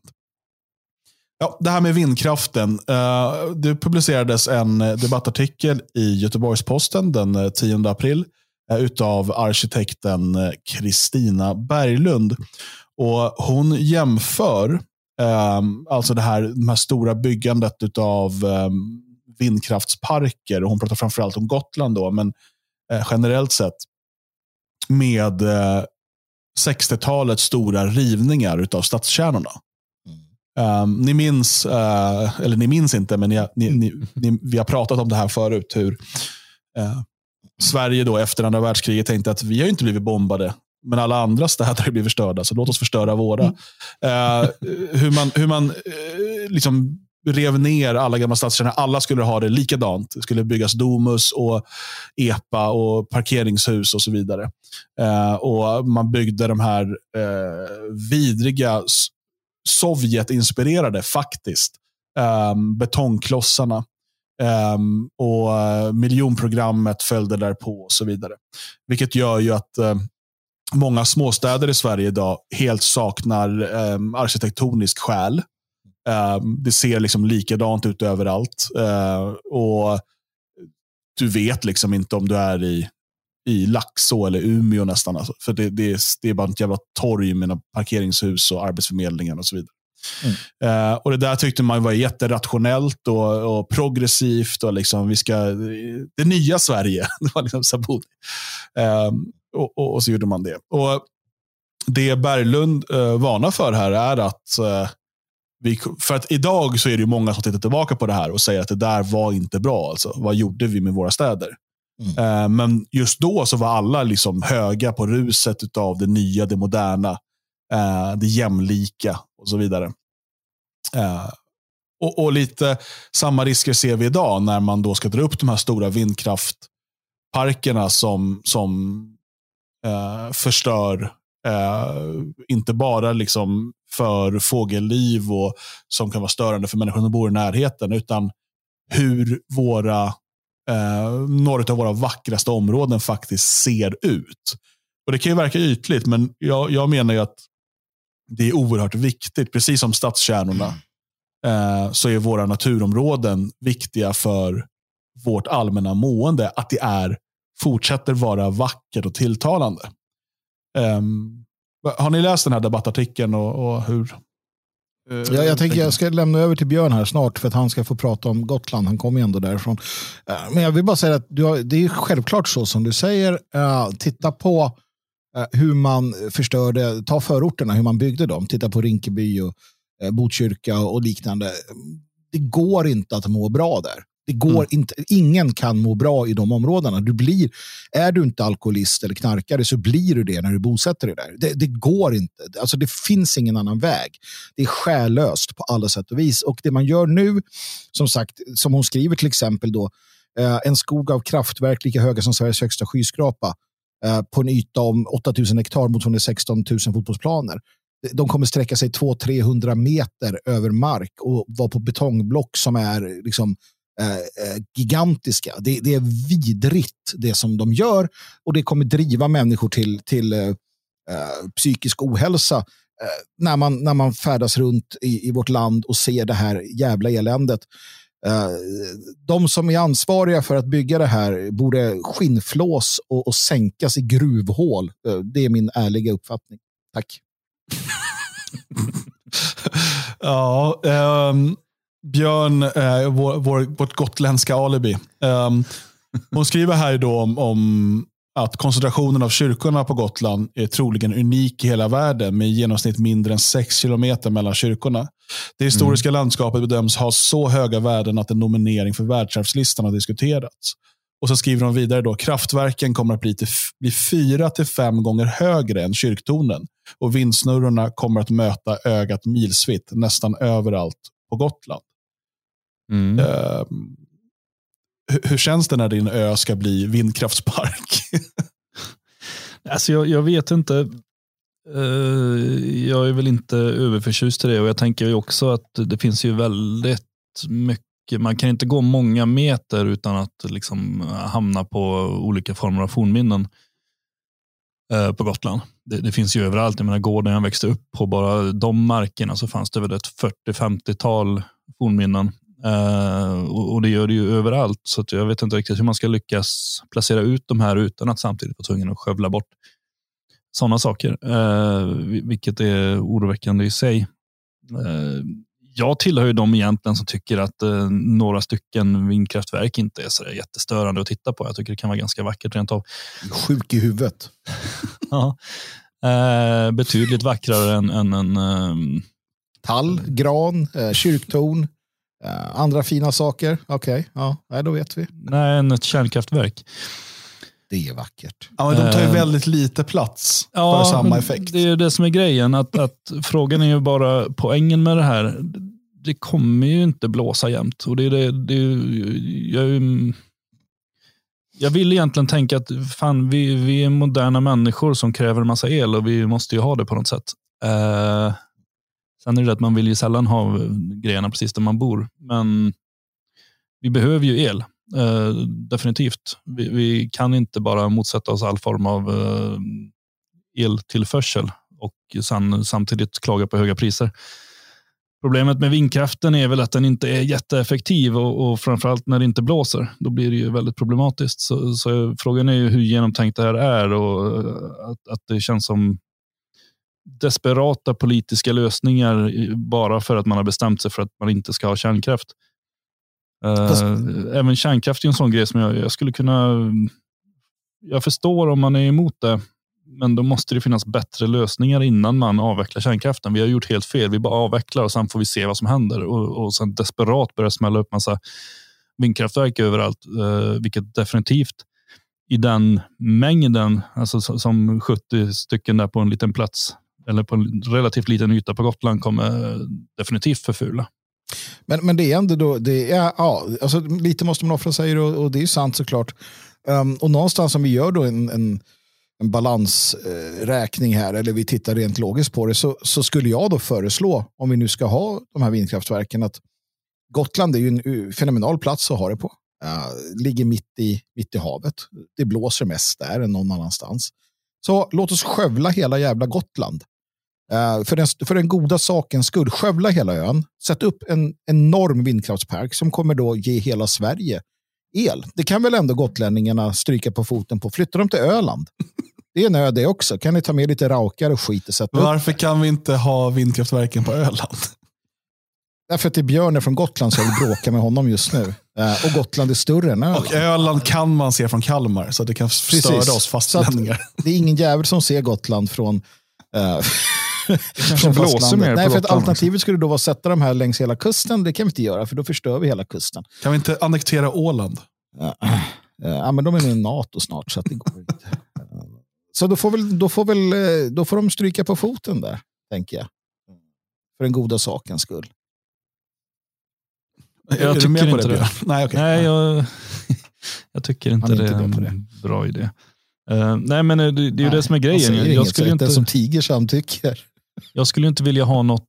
Ja, det här med vindkraften. Det publicerades en debattartikel i Göteborgs-Posten den 10 april utav arkitekten Kristina Berglund. Och hon jämför alltså det här stora byggandet utav vindkraftsparker. Och hon pratar framförallt om Gotland då, men generellt sett med 60-talets stora rivningar utav stadskärnorna. Ni minns, eller ni minns inte, men vi har pratat om det här förut, hur Sverige då efter andra världskriget tänkte att vi har inte blivit bombade, men alla andra städer har blivit förstörda, så låt oss förstöra våra. Hur man liksom rev ner alla gamla stadskärnor. Alla skulle ha det likadant. Det skulle byggas domus och EPA och parkeringshus och så vidare. Och man byggde de här vidriga Sovjet-inspirerade faktiskt betongklossarna och miljonprogrammet följde därpå och så vidare. Vilket gör ju att många småstäder i Sverige idag helt saknar arkitektonisk själ. Det ser liksom likadant ut överallt. Och du vet liksom inte om du är i Laxå eller Umeå nästan. Alltså. För det är bara ett jävla torg med parkeringshus och arbetsförmedlingen och så vidare. Och det där tyckte man var jätterationellt och progressivt och liksom det nya Sverige. Det var liksom Sabuni. Och så gjorde man det. Och det Berglund varnar för här är att för att idag så är det ju många som tittar tillbaka på det här och säger att det där var inte bra. Alltså, vad gjorde vi med våra städer? Men just då så var alla liksom höga på ruset utav det nya, det moderna, det jämlika och så vidare. Och lite samma risker ser vi idag när man då ska dra upp de här stora vindkraftparkerna som förstör inte bara liksom för fågelliv och som kan vara störande för människor som bor i närheten, utan hur några av våra vackraste områden faktiskt ser ut. Och det kan ju verka ytligt, men jag menar ju att det är oerhört viktigt. Precis som stadskärnorna så är våra naturområden viktiga för vårt allmänna mående, att det fortsätter vara vackert och tilltalande. Har ni läst den här debattartikeln och hur? Jag tänker jag ska lämna över till Björn här snart för att han ska få prata om Gotland. Han kommer ju ändå därifrån. Men jag vill bara säga att det är självklart så som du säger. Titta på hur man förstörde, ta förorterna, hur man byggde dem. Titta på Rinkeby och Botkyrka och liknande. Det går inte att må bra där. Det går inte, ingen kan må bra i de områdena. Är du inte alkoholist eller knarkare så blir du det när du bosätter dig där. Det går inte. Alltså det finns ingen annan väg. Det är själöst på alla sätt och vis. Och det man gör nu, som sagt, som hon skriver till exempel då, en skog av kraftverk lika höga som Sveriges högsta skyskrapa på en yta om 8000 hektar mot 16 000 fotbollsplaner. De kommer sträcka sig 200-300 meter över mark och vara på betongblock som är liksom gigantiska. Det är vidrigt det som de gör, och det kommer driva människor till psykisk ohälsa när man färdas runt i vårt land och ser det här jävla eländet. De som är ansvariga för att bygga det här borde skinnflås och sänkas i gruvhål. Det är min ärliga uppfattning. Tack. Ja, Björn, vårt gotländska alibi. Hon skriver här då om att koncentrationen av kyrkorna på Gotland är troligen unik i hela världen med i genomsnitt mindre än 6 kilometer mellan kyrkorna. Det historiska landskapet bedöms ha så höga värden att en nominering för världsarvslistan har diskuterats. Och så skriver de vidare då: kraftverken kommer att bli 4-5 gånger högre än kyrktornen, och vindsnurrorna kommer att möta ögat milsvitt nästan överallt på Gotland. Hur känns det när din ö ska bli vindkraftspark? Alltså jag vet inte. Jag är väl inte överförtjust till det, och jag tänker ju också att det finns ju väldigt mycket man kan inte gå många meter utan att liksom hamna på olika former av fornminnen på Gotland. Det finns ju överallt. Jag menar, gården jag växte upp på, bara de markerna så fanns det väl ett 40-50-tal fornminnen. Och det gör det ju överallt, så att jag vet inte riktigt hur man ska lyckas placera ut de här utan att samtidigt vara tvungen att skövla bort sådana saker, vilket är oroväckande i sig. Jag tillhör ju dem egentligen som tycker att några stycken vindkraftverk inte är så jättestörande att titta på. Jag tycker det kan vara ganska vackert rent av. Sjuk i huvudet. Ja. Betydligt vackrare än en tall, gran, kyrktorn, andra fina saker. Okej, ja, då vet vi. Nej, än ett kärnkraftverk. Det är vackert. Ja, men de tar ju väldigt lite plats för samma effekt. Det är det som är grejen. Att frågan är ju bara poängen med det här. Det kommer ju inte blåsa jämt. Och jag vill egentligen tänka att fan, vi är moderna människor som kräver en massa el och vi måste ju ha det på något sätt. Sen är det att man vill ju sällan ha grejerna precis där man bor. Men vi behöver ju el. Definitivt. Vi kan inte bara motsätta oss all form av eltillförsel och samtidigt klaga på höga priser. Problemet med vindkraften är väl att den inte är jätteeffektiv och framförallt när det inte blåser. Då blir det ju väldigt problematiskt. Så frågan är ju hur genomtänkt det här är och att det känns som desperata politiska lösningar bara för att man har bestämt sig för att man inte ska ha kärnkraft. Även kärnkraft är en sån grej som jag skulle kunna... Jag förstår om man är emot det, men då måste det finnas bättre lösningar innan man avvecklar kärnkraften. Vi har gjort helt fel. Vi bara avvecklar och sen får vi se vad som händer. Och sen desperat börjar smälla upp massa vindkraftverk överallt. Vilket definitivt i den mängden, alltså som 70 stycken där på en liten plats eller på en relativt liten yta på Gotland, kommer definitivt förfula. Men det är ändå då, alltså lite måste man offra sig och det är ju sant såklart. Och någonstans om vi gör då en balansräkning här, eller vi tittar rent logiskt på det, så skulle jag då föreslå, om vi nu ska ha de här vindkraftverken, att Gotland är ju en fenomenal plats att ha det på. Ligger mitt i havet. Det blåser mest där än någon annanstans. Så låt oss skövla hela jävla Gotland. För den goda sakens skull, skövla hela ön. Sätt upp en enorm vindkraftspark som kommer då ge hela Sverige el. Det kan väl ändå gotlänningarna stryka på foten på. Flyttar de till Öland? Det är en ö det också. Kan ni ta med lite raukar och skit och sätta upp? Varför kan vi inte ha vindkraftverken på Öland? Därför att det är Björn från Gotland som vill bråka med honom just nu. Och Gotland är större än Öland. Och Öland kan man se från Kalmar, så det kan förstöra oss fastlänningar. Det är ingen jävel som ser Gotland från... Det kanske blåser mer. Nej, för att alternativet skulle då vara att sätta de här längs hela kusten. Det kan vi inte göra, för då förstör vi hela kusten. Kan vi inte annektera Åland? Ja, men de är med i NATO snart, så att det går inte. Så då får de stryka på foten där, tänker jag. För den goda sakens skull. Jag tycker inte det. Nej, okay. Nej, jag tycker inte det är en bra idé. Nej, men det är ju det som är grejen. Jag skulle inte som tiger samtycker. Jag skulle inte vilja ha något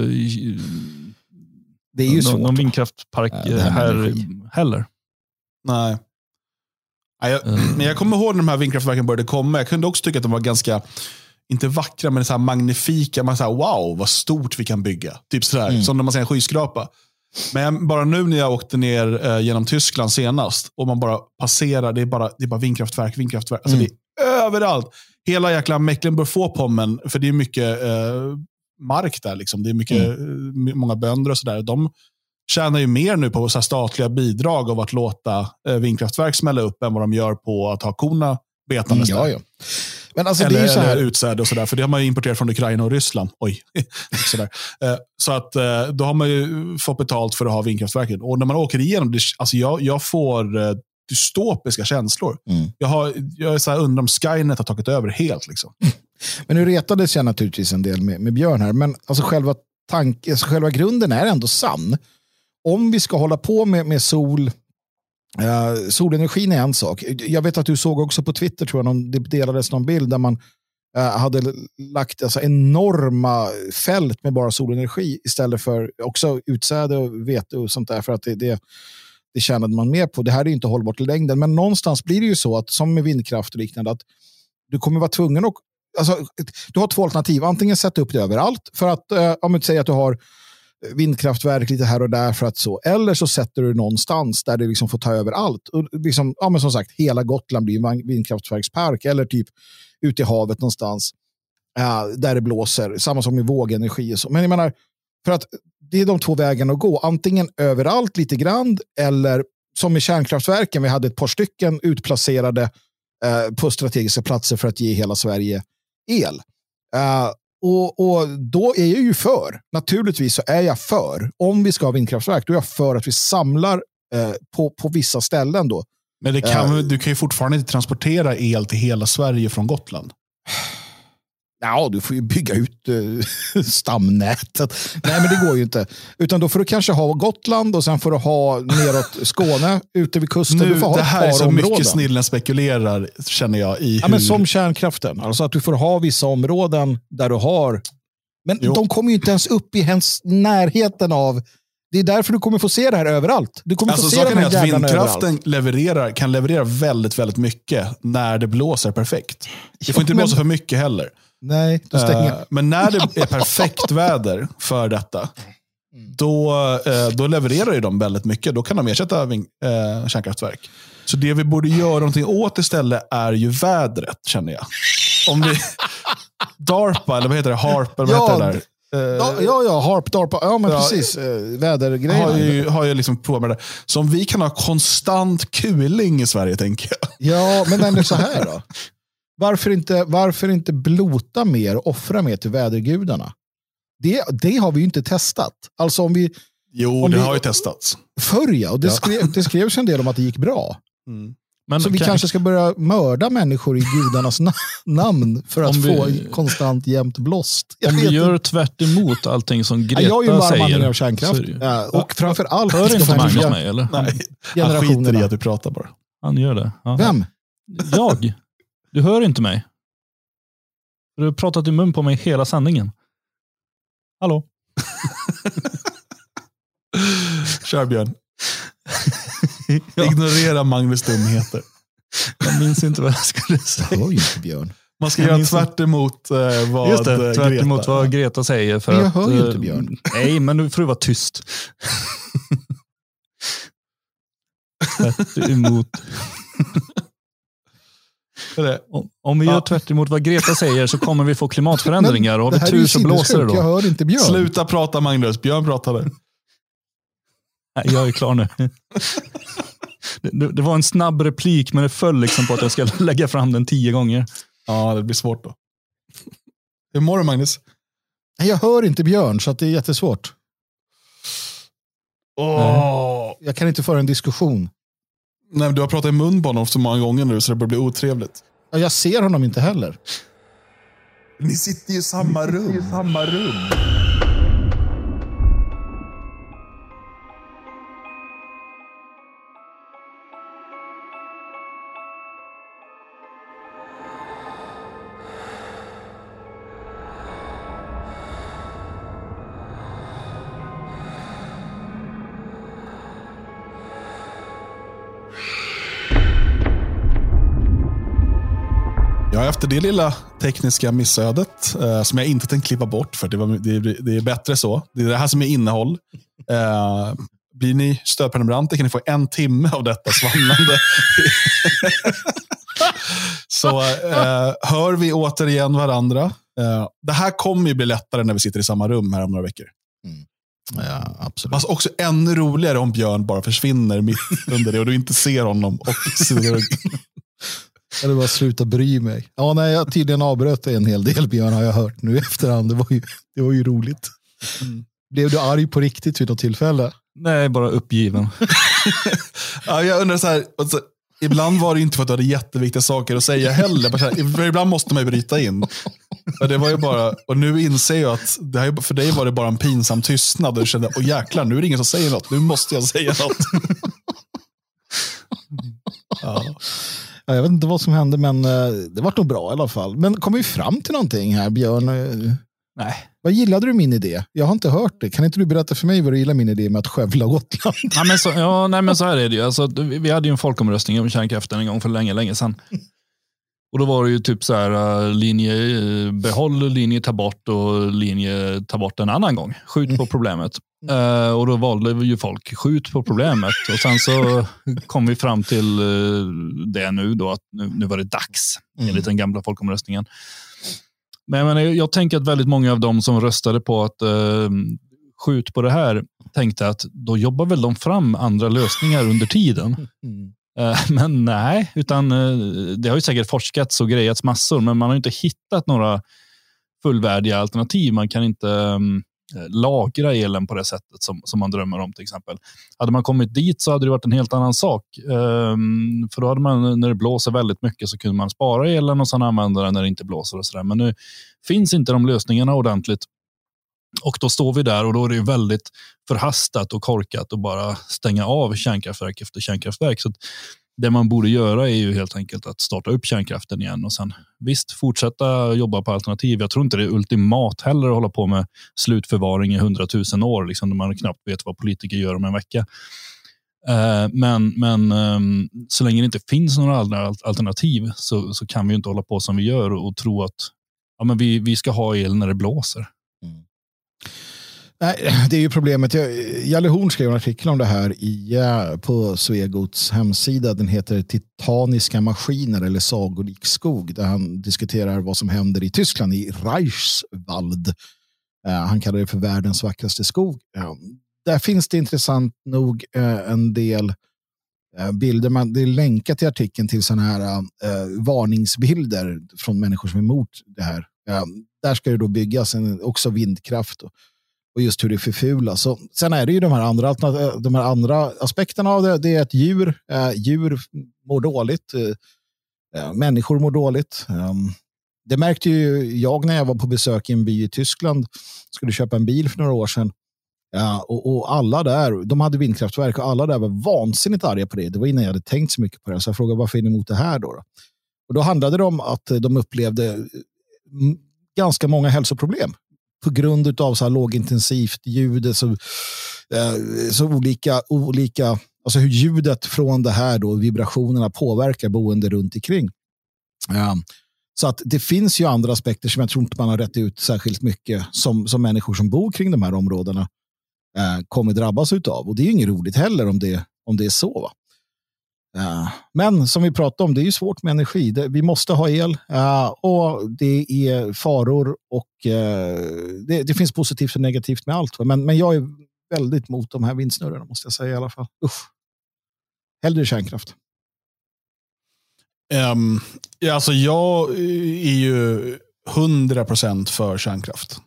det är ju någon vindkraftpark här heller. Nej. Men jag kommer ihåg när de här vindkraftverken började komma. Jag kunde också tycka att de var ganska, inte vackra, men så här magnifika. Man säger wow, vad stort vi kan bygga. Typ sådär, som när man ser en skyskrapa. Men bara nu när jag åkte ner genom Tyskland senast och man bara passerar, det är bara vindkraftverk. Alltså det är överallt. Hela jäkla Mecklenburg-Vorpommern, för det är mycket mark där liksom. Det är mycket, många bönder och sådär. De tjänar ju mer nu på så här statliga bidrag av att låta vindkraftverk smälla upp än vad de gör på att ha korna betandes där. Ja. Men alltså, det är ju så här utsäde och sådär, för det har man ju importerat från Ukraina och Ryssland. Oj, sådär. Så att då har man ju fått betalt för att ha vindkraftverken. Och när man åker igenom det, alltså jag får dystopiska känslor. Jag är så här, undrar om Skynet har tagit över helt liksom. Men nu retades jag naturligtvis en del med Björn här, men alltså själva grunden är ändå sann. Om vi ska hålla på med solenergin är en sak. Jag vet att du såg också på Twitter, tror jag, det delades någon bild där man hade lagt alltså enorma fält med bara solenergi istället för också utsäde och vete och sånt där, för att det tjänade man mer på. Det här är ju inte hållbart i längden, men någonstans blir det ju så att som med vindkraft och liknande, att du kommer vara tvungen att, alltså, du har två alternativ. Antingen sätta upp det överallt för att om du säger att du har vindkraftverk lite här och där för att så, eller så sätter du någonstans där det liksom får ta över allt. Och liksom, ja, men som sagt, hela Gotland blir en vindkraftverkspark, eller typ ute i havet någonstans där det blåser, samma som med vågenergi och så. Men jag menar, för att det är de två vägarna att gå, antingen överallt lite grann, eller som med kärnkraftverken, vi hade ett par stycken utplacerade på strategiska platser för att ge hela Sverige el. Och då är jag ju för. Naturligtvis så är jag för. Om vi ska ha vindkraftverk, då är jag för att vi samlar på vissa ställen då. Men du kan ju fortfarande inte transportera el till hela Sverige från Gotland. Ja, du får ju bygga ut stamnätet. Nej, men det går ju inte. Utan då får du kanske ha Gotland och sen får du ha neråt Skåne ute vid kusten. Nu, du får ha det här är så områden. mycket snillen spekulerar, känner jag. Men som kärnkraften. Alltså att du får ha vissa områden där du har... Men de kommer ju inte ens upp i närheten av... Det är därför du kommer få se det här överallt. Du kommer få se de här jävlarna vindkraften kan leverera väldigt, väldigt mycket när det blåser perfekt. Det får inte blåsa för mycket heller. Nej, då stänger men när det är perfekt väder för detta, då levererar ju de väldigt mycket. Då kan de ersätta kärnkraftverk. Så det vi borde göra någonting åt istället är ju vädret, känner jag. Om vi DARPA, eller vad heter det? HARP, eller vad heter det där? HARP, DARPA, ja men precis, vädergrejer. Har ju liksom provat med det. Så om vi kan ha konstant kuling i Sverige, tänker jag. Ja, men ändå så här då. Varför inte blota mer, offra mer till vädergudarna? Det har vi ju inte testat. Alltså om vi... Jo, det har ju testats. Förr ja, och det skrevs en del om att det gick bra. Mm. Men så vi kanske ska börja mörda människor i gudarnas namn för att få konstant jämnt blåst. Om vi gör tvärt emot allting som Greta jag är ju varm säger. Av kärnkraft. Och framförallt... Hör inte Magnus mig, eller? Nej, han skiter i att du pratar bara. Han gör det. Ja. Vem? Jag. Du hör inte mig. Du har pratat i mun på mig hela sändningen. Hallå? Kör Björn. Ignorera Magnus dumheter. Jag minns inte vad jag skulle säga. Jag hör inte Björn. Man ska göra tvärt emot vad just det, tvärt emot vad Greta säger. För jag hör ju inte Björn. Nej, men nu får du vara tyst. Tvärt emot. Om vi gör tvärt emot vad Greta säger så kommer vi få klimatförändringar. Och har vi tur så blåser det då. Jag hör inte Björn. Sluta prata Magnus, Björn pratade. Nej, jag är klar nu. Det var en snabb replik, men det föll liksom på att jag ska lägga fram den 10 gånger. Ja, det blir svårt då. Hur mår du, Magnus? Jag hör inte Björn, så att det är jättesvårt. Jag kan inte föra en diskussion. Nej, du har pratat i mun på honom så många gånger nu så det börjar bli otrevligt. Jag ser honom inte heller. Ni sitter ju i samma rum. Ja, efter det lilla tekniska missödet som jag inte tänkte klippa bort, för det är bättre så. Det är det här som är innehåll. Blir ni stödprenumeranter kan ni få 1 timme av detta svamlande. Så hör vi återigen varandra. Det här kommer ju bli lättare när vi sitter i samma rum här om några veckor. Mm. Ja, absolut. Fast också ännu roligare om Björn bara försvinner mitt under det och du inte ser honom. Eller bara sluta bry mig. Ja, nej, jag tydligen avbröt en hel del, Björn, har jag hört nu efterhand. Det var ju roligt. Mm. Blev du arg på riktigt vid något tillfälle? Nej, bara uppgiven. Ja, jag undrar så här, alltså, ibland var det inte för att du hade jätteviktiga saker att säga heller. Bara så här, ibland måste man ju bryta in. Och det var ju bara, och nu inser jag att det här, för dig var det bara en pinsam tystnad och du kände, jäklar, nu är det ingen som säger något. Nu måste jag säga något. Ja. Jag vet inte vad som hände, men det var nog bra i alla fall. Men kom vi fram till någonting här, Björn? Nej. Vad gillade du min idé? Jag har inte hört det. Kan inte du berätta för mig vad du gillar min idé med att skövla Gotland? Men så här är det ju. Alltså, vi hade ju en folkomröstning om kärnkraften en gång för länge sedan. Och då var det ju typ så här linje behåll, linje ta bort och linje ta bort en annan gång. Skjut på problemet. Och då valde ju folk skjut på problemet. Och sen så kom vi fram till det nu då att nu var det dags enligt den gamla folkomröstningen. Men jag tänker att väldigt många av dem som röstade på att skjut på det här tänkte att då jobbar väl de fram andra lösningar under tiden. Men nej, utan det har ju säkert forskats och grejats massor, men man har inte hittat några fullvärdiga alternativ. Man kan inte lagra elen på det sättet som man drömmer om till exempel. Hade man kommit dit så hade det varit en helt annan sak. För då hade man, när det blåser väldigt mycket så kunde man spara elen och sen använda den när det inte blåser och sådär. Men nu finns inte de lösningarna ordentligt. Och då står vi där och då är det väldigt förhastat och korkat att bara stänga av kärnkraftverk efter kärnkraftverk. Så att det man borde göra är ju helt enkelt att starta upp kärnkraften igen och sen visst fortsätta jobba på alternativ. Jag tror inte det är ultimat heller att hålla på med slutförvaring i 100 000 år liksom, när man knappt vet vad politiker gör om en vecka. Men så länge det inte finns några alternativ så kan vi inte hålla på som vi gör och tro att men vi ska ha el när det blåser. Nej, det är ju problemet. Jalle Horn skrev en artikel om det här på Svegots hemsida. Den heter Titaniska maskiner eller sagolik skog, där han diskuterar vad som händer i Tyskland i Reichswald. Han kallar det för världens vackraste skog. Där finns det intressant nog en del bilder. Det är länkat i artikeln till sådana här varningsbilder från människor som är emot det här. Där ska det då byggas också vindkraft och just hur det förfulas. Så sen är det ju de här andra aspekterna av det. Det är att djur mår dåligt. Människor mår dåligt. Det märkte ju jag när jag var på besök i en by i Tyskland. Skulle köpa en bil för några år sedan. Och alla där, de hade vindkraftverk och alla där var vansinnigt arga på det. Det var innan jag hade tänkt så mycket på det. Så jag frågade, varför är ni emot det här då? Och då handlade det om att de upplevde ganska många hälsoproblem på grund av så här lågintensivt ljud, så olika, alltså hur ljudet från det här då, vibrationerna påverkar boende runt omkring. Så att det finns ju andra aspekter som jag tror inte man har rätt ut särskilt mycket som människor som bor kring de här områdena kommer drabbas utav. Och det är ju inget roligt heller om det är så, va? Men som vi pratade om, det är ju svårt med energi. Vi måste ha el och det är faror och det finns positivt och negativt med allt. Men jag är väldigt mot de här vindsnurrorna, måste jag säga i alla fall. Hellre kärnkraft. Alltså jag är ju 100% för kärnkraft.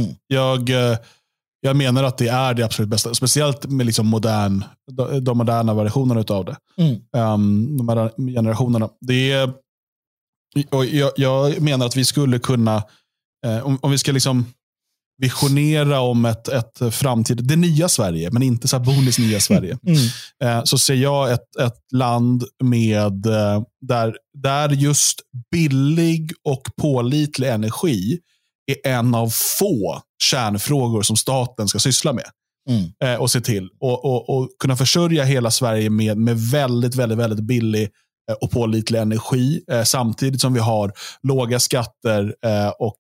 Jag menar att det är det absolut bästa. Speciellt med liksom de moderna versionerna utav det. De här generationerna. Och jag menar att vi skulle kunna, om vi ska liksom visionera om ett framtid, det nya Sverige, men inte så här Bonis nya Sverige. Så ser jag ett land med där just billig och pålitlig energi är en av få kärnfrågor som staten ska syssla med och se till och kunna försörja hela Sverige med väldigt, väldigt, väldigt billig och pålitlig energi samtidigt som vi har låga skatter och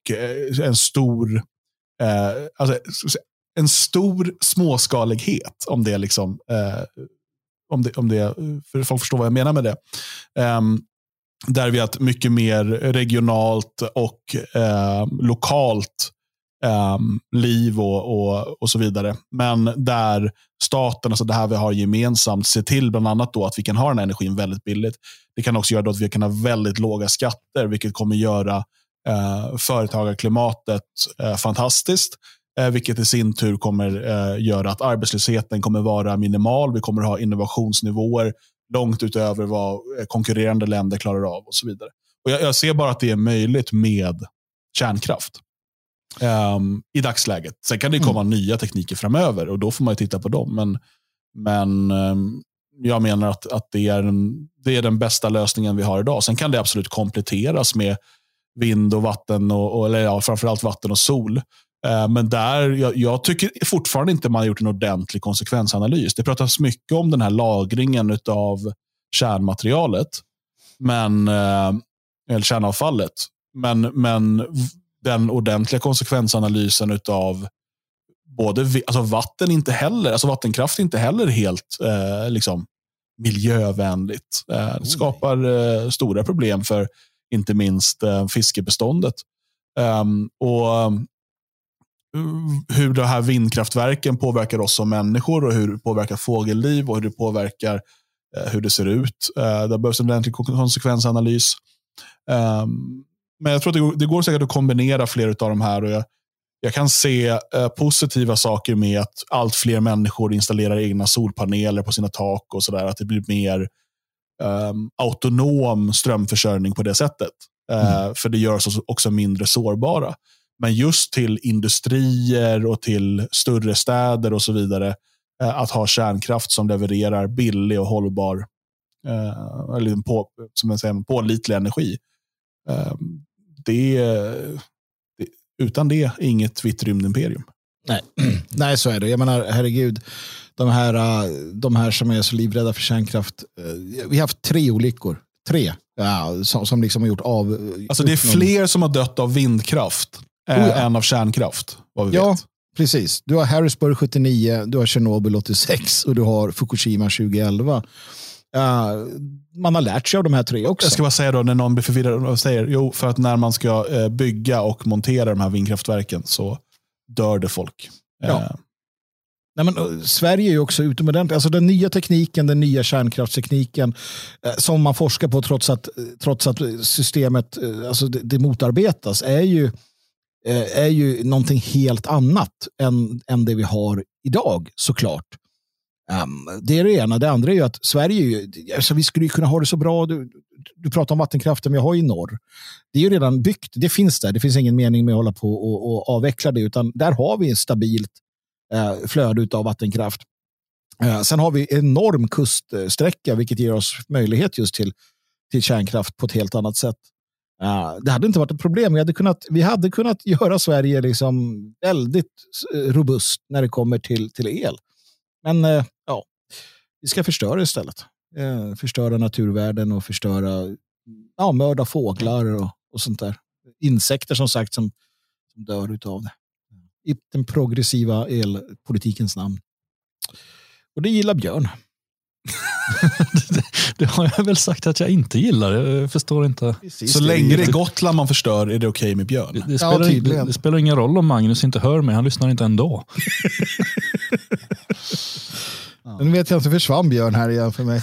en stor småskalighet, om det liksom om det för folk förstår vad jag menar med det. Där vi har mycket mer regionalt och lokalt liv och så vidare. Men där staten, alltså det här vi har gemensamt, ser till bland annat då att vi kan ha den här energin väldigt billigt. Det kan också göra då att vi kan ha väldigt låga skatter, vilket kommer göra företagarklimatet fantastiskt. Vilket i sin tur kommer göra att arbetslösheten kommer vara minimal. Vi kommer ha innovationsnivåer långt utöver vad konkurrerande länder klarar av och så vidare. Och jag ser bara att det är möjligt med kärnkraft i dagsläget. Sen kan det komma nya tekniker framöver och då får man ju titta på dem. Men jag menar att det det är den bästa lösningen vi har idag. Sen kan det absolut kompletteras med vind och vatten eller framförallt vatten och sol. Men jag tycker fortfarande inte man har gjort en ordentlig konsekvensanalys. Det pratas mycket om den här lagringen av kärnmaterialet, eller kärnavfallet. Men den ordentliga konsekvensanalysen av vattenkraft är inte heller helt liksom miljövänligt. Det skapar stora problem för inte minst fiskebeståndet. Och hur de här vindkraftverken påverkar oss som människor och hur det påverkar fågelliv och hur det påverkar hur det ser ut. Det behövs en ordentlig konsekvensanalys. Men jag tror att det går säkert att kombinera flera av de här, och jag kan se positiva saker med att allt fler människor installerar egna solpaneler på sina tak och sådär, att det blir mer autonom strömförsörjning på det sättet. För det gör oss också mindre sårbara. Men just till industrier och till större städer och så vidare, att ha kärnkraft som levererar billig och hållbar eller pålitlig energi. Utan det inget vitt rymdimperium. Nej, så är det. Jag menar, herregud, de här som är så livrädda för kärnkraft. Vi har haft 3 olyckor. 3 som liksom har gjort av... Alltså det är fler som har dött av vindkraft än av kärnkraft, vad vi vet. Precis. Du har Harrisburg 79, du har Tjernobyl 86 och du har Fukushima 2011. Man har lärt sig av de här 3 också. Jag ska bara säga då, när någon blir förvirrad och säger, för att när man ska bygga och montera de här vindkraftverken så dör det folk. Ja. Nej, men Sverige är ju också utomordentligt, alltså den nya tekniken, den nya kärnkraftstekniken som man forskar på trots att systemet, alltså det motarbetas, är ju någonting helt annat än det vi har idag, såklart. Det är det ena. Det andra är ju att Sverige, alltså vi skulle ju kunna ha det så bra. Du pratar om vattenkraften vi har i norr. Det är ju redan byggt. Det finns där. Det finns ingen mening med att hålla på och avveckla det, utan där har vi ett stabilt flöde av vattenkraft. Sen har vi enorm kuststräcka, vilket ger oss möjlighet just till kärnkraft på ett helt annat sätt. Det hade inte varit ett problem. Vi hade kunnat göra Sverige liksom väldigt robust när det kommer till el. Men vi ska förstöra istället. Förstöra naturvärden och mörda fåglar och sånt där. Insekter som sagt som dör utav det. I den progressiva elpolitikens namn. Och det gillar Björn. Det har jag väl sagt att jag inte gillar. Jag förstår inte. Precis, så länge det är Gotland man förstör är det okej med Björn. Det spelar ingen roll om Magnus inte hör mig. Han lyssnar inte ändå. Nu vet jag inte, försvann Björn här igen för mig.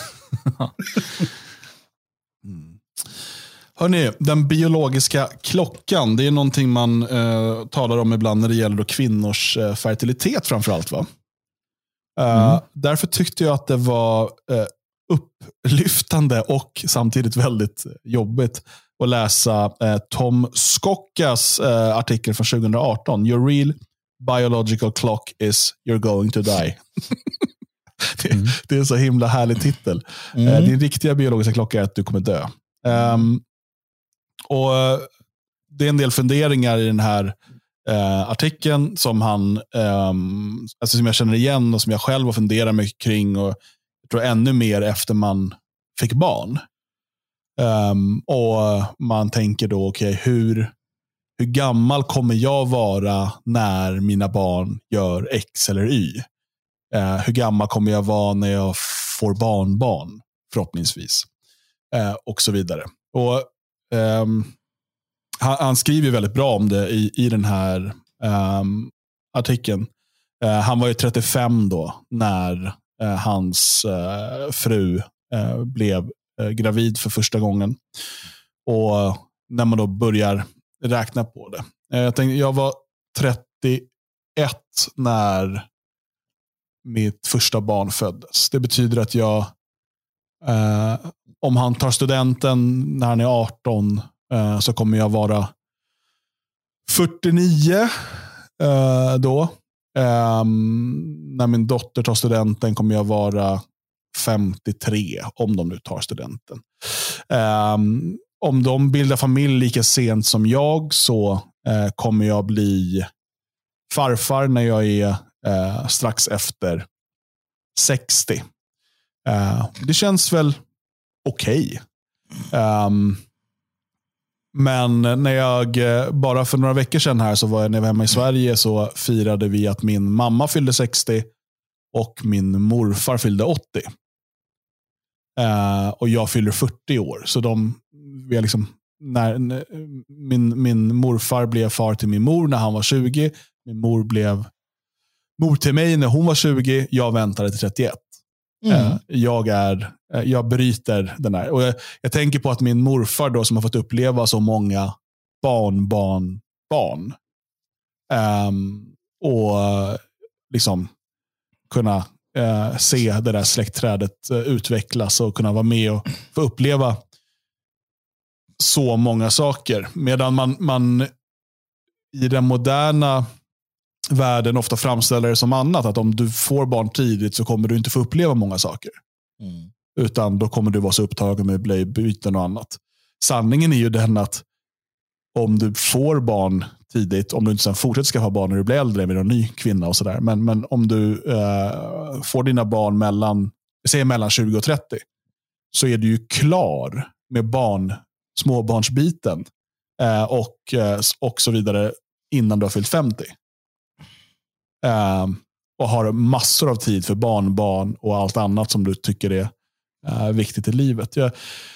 Hörrni, den biologiska klockan, det är någonting man talar om ibland när det gäller då kvinnors fertilitet framförallt, va? Därför tyckte jag att det var upplyftande och samtidigt väldigt jobbigt att läsa Tom Skockas artikel från 2018. Your real biological clock is you're going to die. Det är en så himla härlig titel. Din riktiga biologiska klocka är att du kommer dö. Och det är en del funderingar i den här artikeln som han alltså som jag känner igen och som jag själv har funderat mycket kring, och jag tror ännu mer efter man fick barn. Och man tänker då, okej, hur gammal kommer jag vara när mina barn gör X eller Y? Hur gammal kommer jag vara när jag får barnbarn, förhoppningsvis? Och så vidare. Och han skriver väldigt bra om det i den här artikeln. Han var ju 35 då när hans fru blev gravid för första gången. Och när man då börjar räkna på det. Jag var 31 när mitt första barn föddes. Det betyder att jag om han tar studenten när han är 18 så kommer jag vara 49 då. När min dotter tar studenten kommer jag vara 53 om de nu tar studenten. Om de bildar familj lika sent som jag så kommer jag bli farfar när jag är strax efter 60. Det känns väl okej. Men när jag bara för några veckor sedan här så var jag när jag var hemma i Sverige så firade vi att min mamma fyllde 60 och min morfar fyllde 80. Och jag fyller 40 år. Så vi är liksom, när min morfar blev far till min mor när han var 20. Min mor blev mor till mig när hon var 20. Jag väntade till 31. Jag bryter den här. Och jag tänker på att min morfar då som har fått uppleva så många barn och liksom kunna se det där släktträdet utvecklas och kunna vara med och få uppleva så många saker. Medan man i den moderna världen ofta framställer det som annat. Att om du får barn tidigt så kommer du inte få uppleva många saker. Utan då kommer du vara så upptagen med blöjbyten och annat. Sanningen är ju den att om du får barn tidigt, om du inte sen fortsätter skaffa barn när du blir äldre med en ny kvinna och sådär. Men om du får dina barn mellan 20 och 30 så är du ju klar med småbarnsbiten och så vidare innan du har fyllt 50. Och har massor av tid för barn och allt annat som du tycker är viktigt i livet. Jag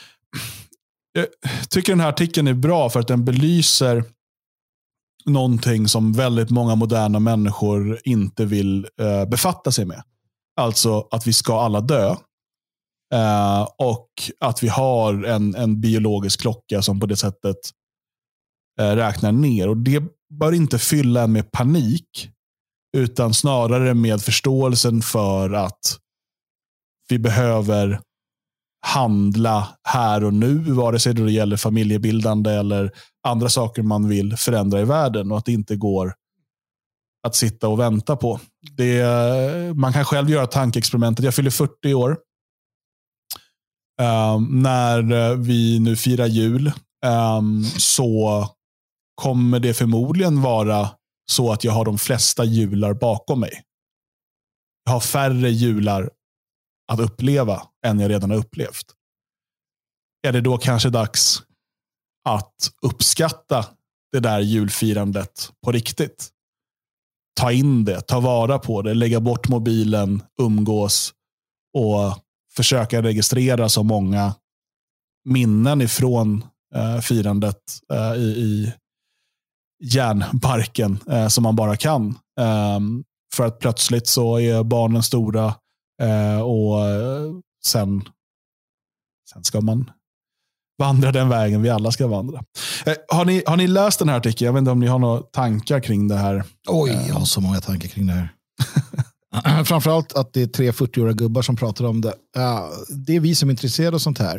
tycker den här artikeln är bra för att den belyser någonting som väldigt många moderna människor inte vill befatta sig med. Alltså att vi ska alla dö. Och att vi har en biologisk klocka som på det sättet räknar ner. Och det bör inte fylla en med panik utan snarare med förståelsen för att vi behöver handla här och nu, vare sig det gäller familjebildande eller andra saker man vill förändra i världen och att det inte går att sitta och vänta på. Man kan själv göra tankeexperimentet. Jag fyller 40 år. När vi nu firar jul så kommer det förmodligen vara så att jag har de flesta jular bakom mig. Jag har färre jular att uppleva än jag redan har upplevt. Är det då kanske dags att uppskatta det där julfirandet på riktigt? Ta in det, ta vara på det, lägga bort mobilen, umgås och försöka registrera så många minnen ifrån firandet i hjärnbarken som man bara kan. För att plötsligt så är barnen stora och sen ska man vandra den vägen vi alla ska vandra. Har ni läst den här artikeln? Jag vet inte om ni har några tankar kring det här. Oj, jag har så många tankar kring det här. Framförallt att det är 3 40-åriga gubbar som pratar om det. Det är vi som är intresserade av sånt här.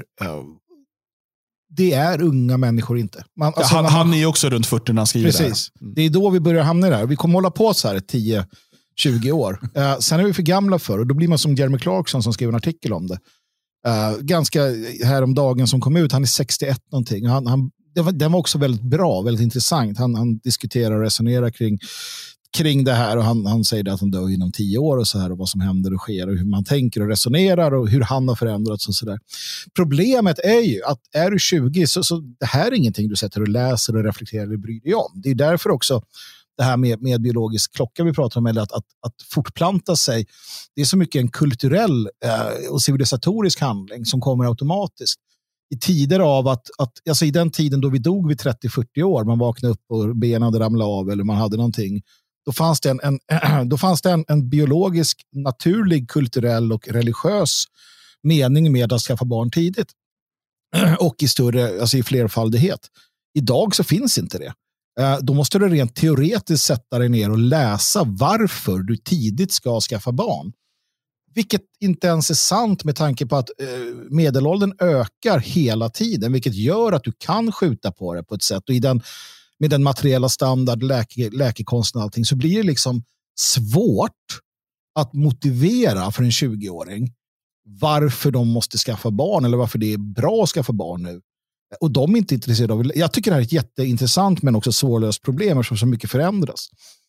Det är unga människor inte. Han är också runt 40 när han skriver. Precis. Det är då vi börjar hamna där. Vi kommer hålla på så här 10-20 år. Sen är vi för gamla för, och då blir man som Jeremy Clarkson som skrev en artikel om det. Ganska häromdagen som kom ut. Han är 61 någonting. Den var också väldigt bra, väldigt intressant. Han diskuterar och resonerar kring det här, och han säger att han dör inom 10 år och så här, och vad som händer och sker och hur man tänker och resonerar och hur han har förändrats och så där. Problemet är ju att är du 20 så det här är ingenting du sätter och läser och reflekterar och bryr dig om. Det är därför också det här med biologisk klocka vi pratar om, eller att fortplanta sig, det är så mycket en kulturell och civilisatorisk handling som kommer automatiskt. I tider av alltså i den tiden då vi dog vid 30-40 år, man vaknade upp och benen hade ramlat av eller man hade någonting, då fanns det en biologisk, naturlig, kulturell och religiös mening med att skaffa barn tidigt. Och i flerfaldighet. Idag så finns inte det. Då måste du rent teoretiskt sätta dig ner och läsa varför du tidigt ska skaffa barn. Vilket inte ens är sant med tanke på att medelåldern ökar hela tiden, vilket gör att du kan skjuta på det på ett sätt. Och med den materiella standard, läkekonsten och allting, så blir det liksom svårt att motivera för en 20-åring varför de måste skaffa barn eller varför det är bra att skaffa barn nu. Och de är inte intresserade av. Jag tycker det här är ett jätteintressant men också svårlöst problem eftersom så mycket förändras.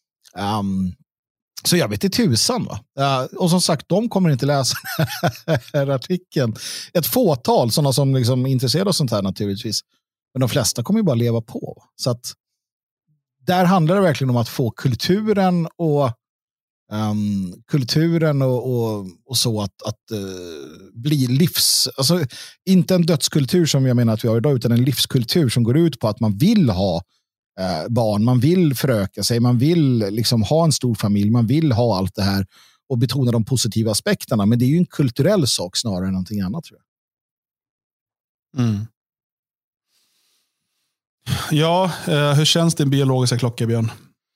Så jag vet inte tusan va. Och som sagt, de kommer inte läsa den här artikeln. Ett fåtal, sådana som liksom är intresserade av sånt här naturligtvis. Men de flesta kommer ju bara leva på. Så att där handlar det verkligen om att få kulturen och så att bli alltså inte en dödskultur som jag menar att vi har idag, utan en livskultur som går ut på att man vill ha barn, man vill föröka sig, man vill liksom ha en stor familj, man vill ha allt det här och betona de positiva aspekterna, men det är ju en kulturell sak snarare än någonting annat tror jag. Ja, hur känns din biologiska klocka, Björn?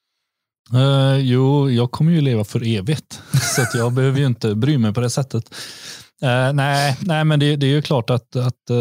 Jo, jag kommer ju leva för evigt. Så att jag behöver ju inte bry mig på det sättet. Nej, men det är ju klart att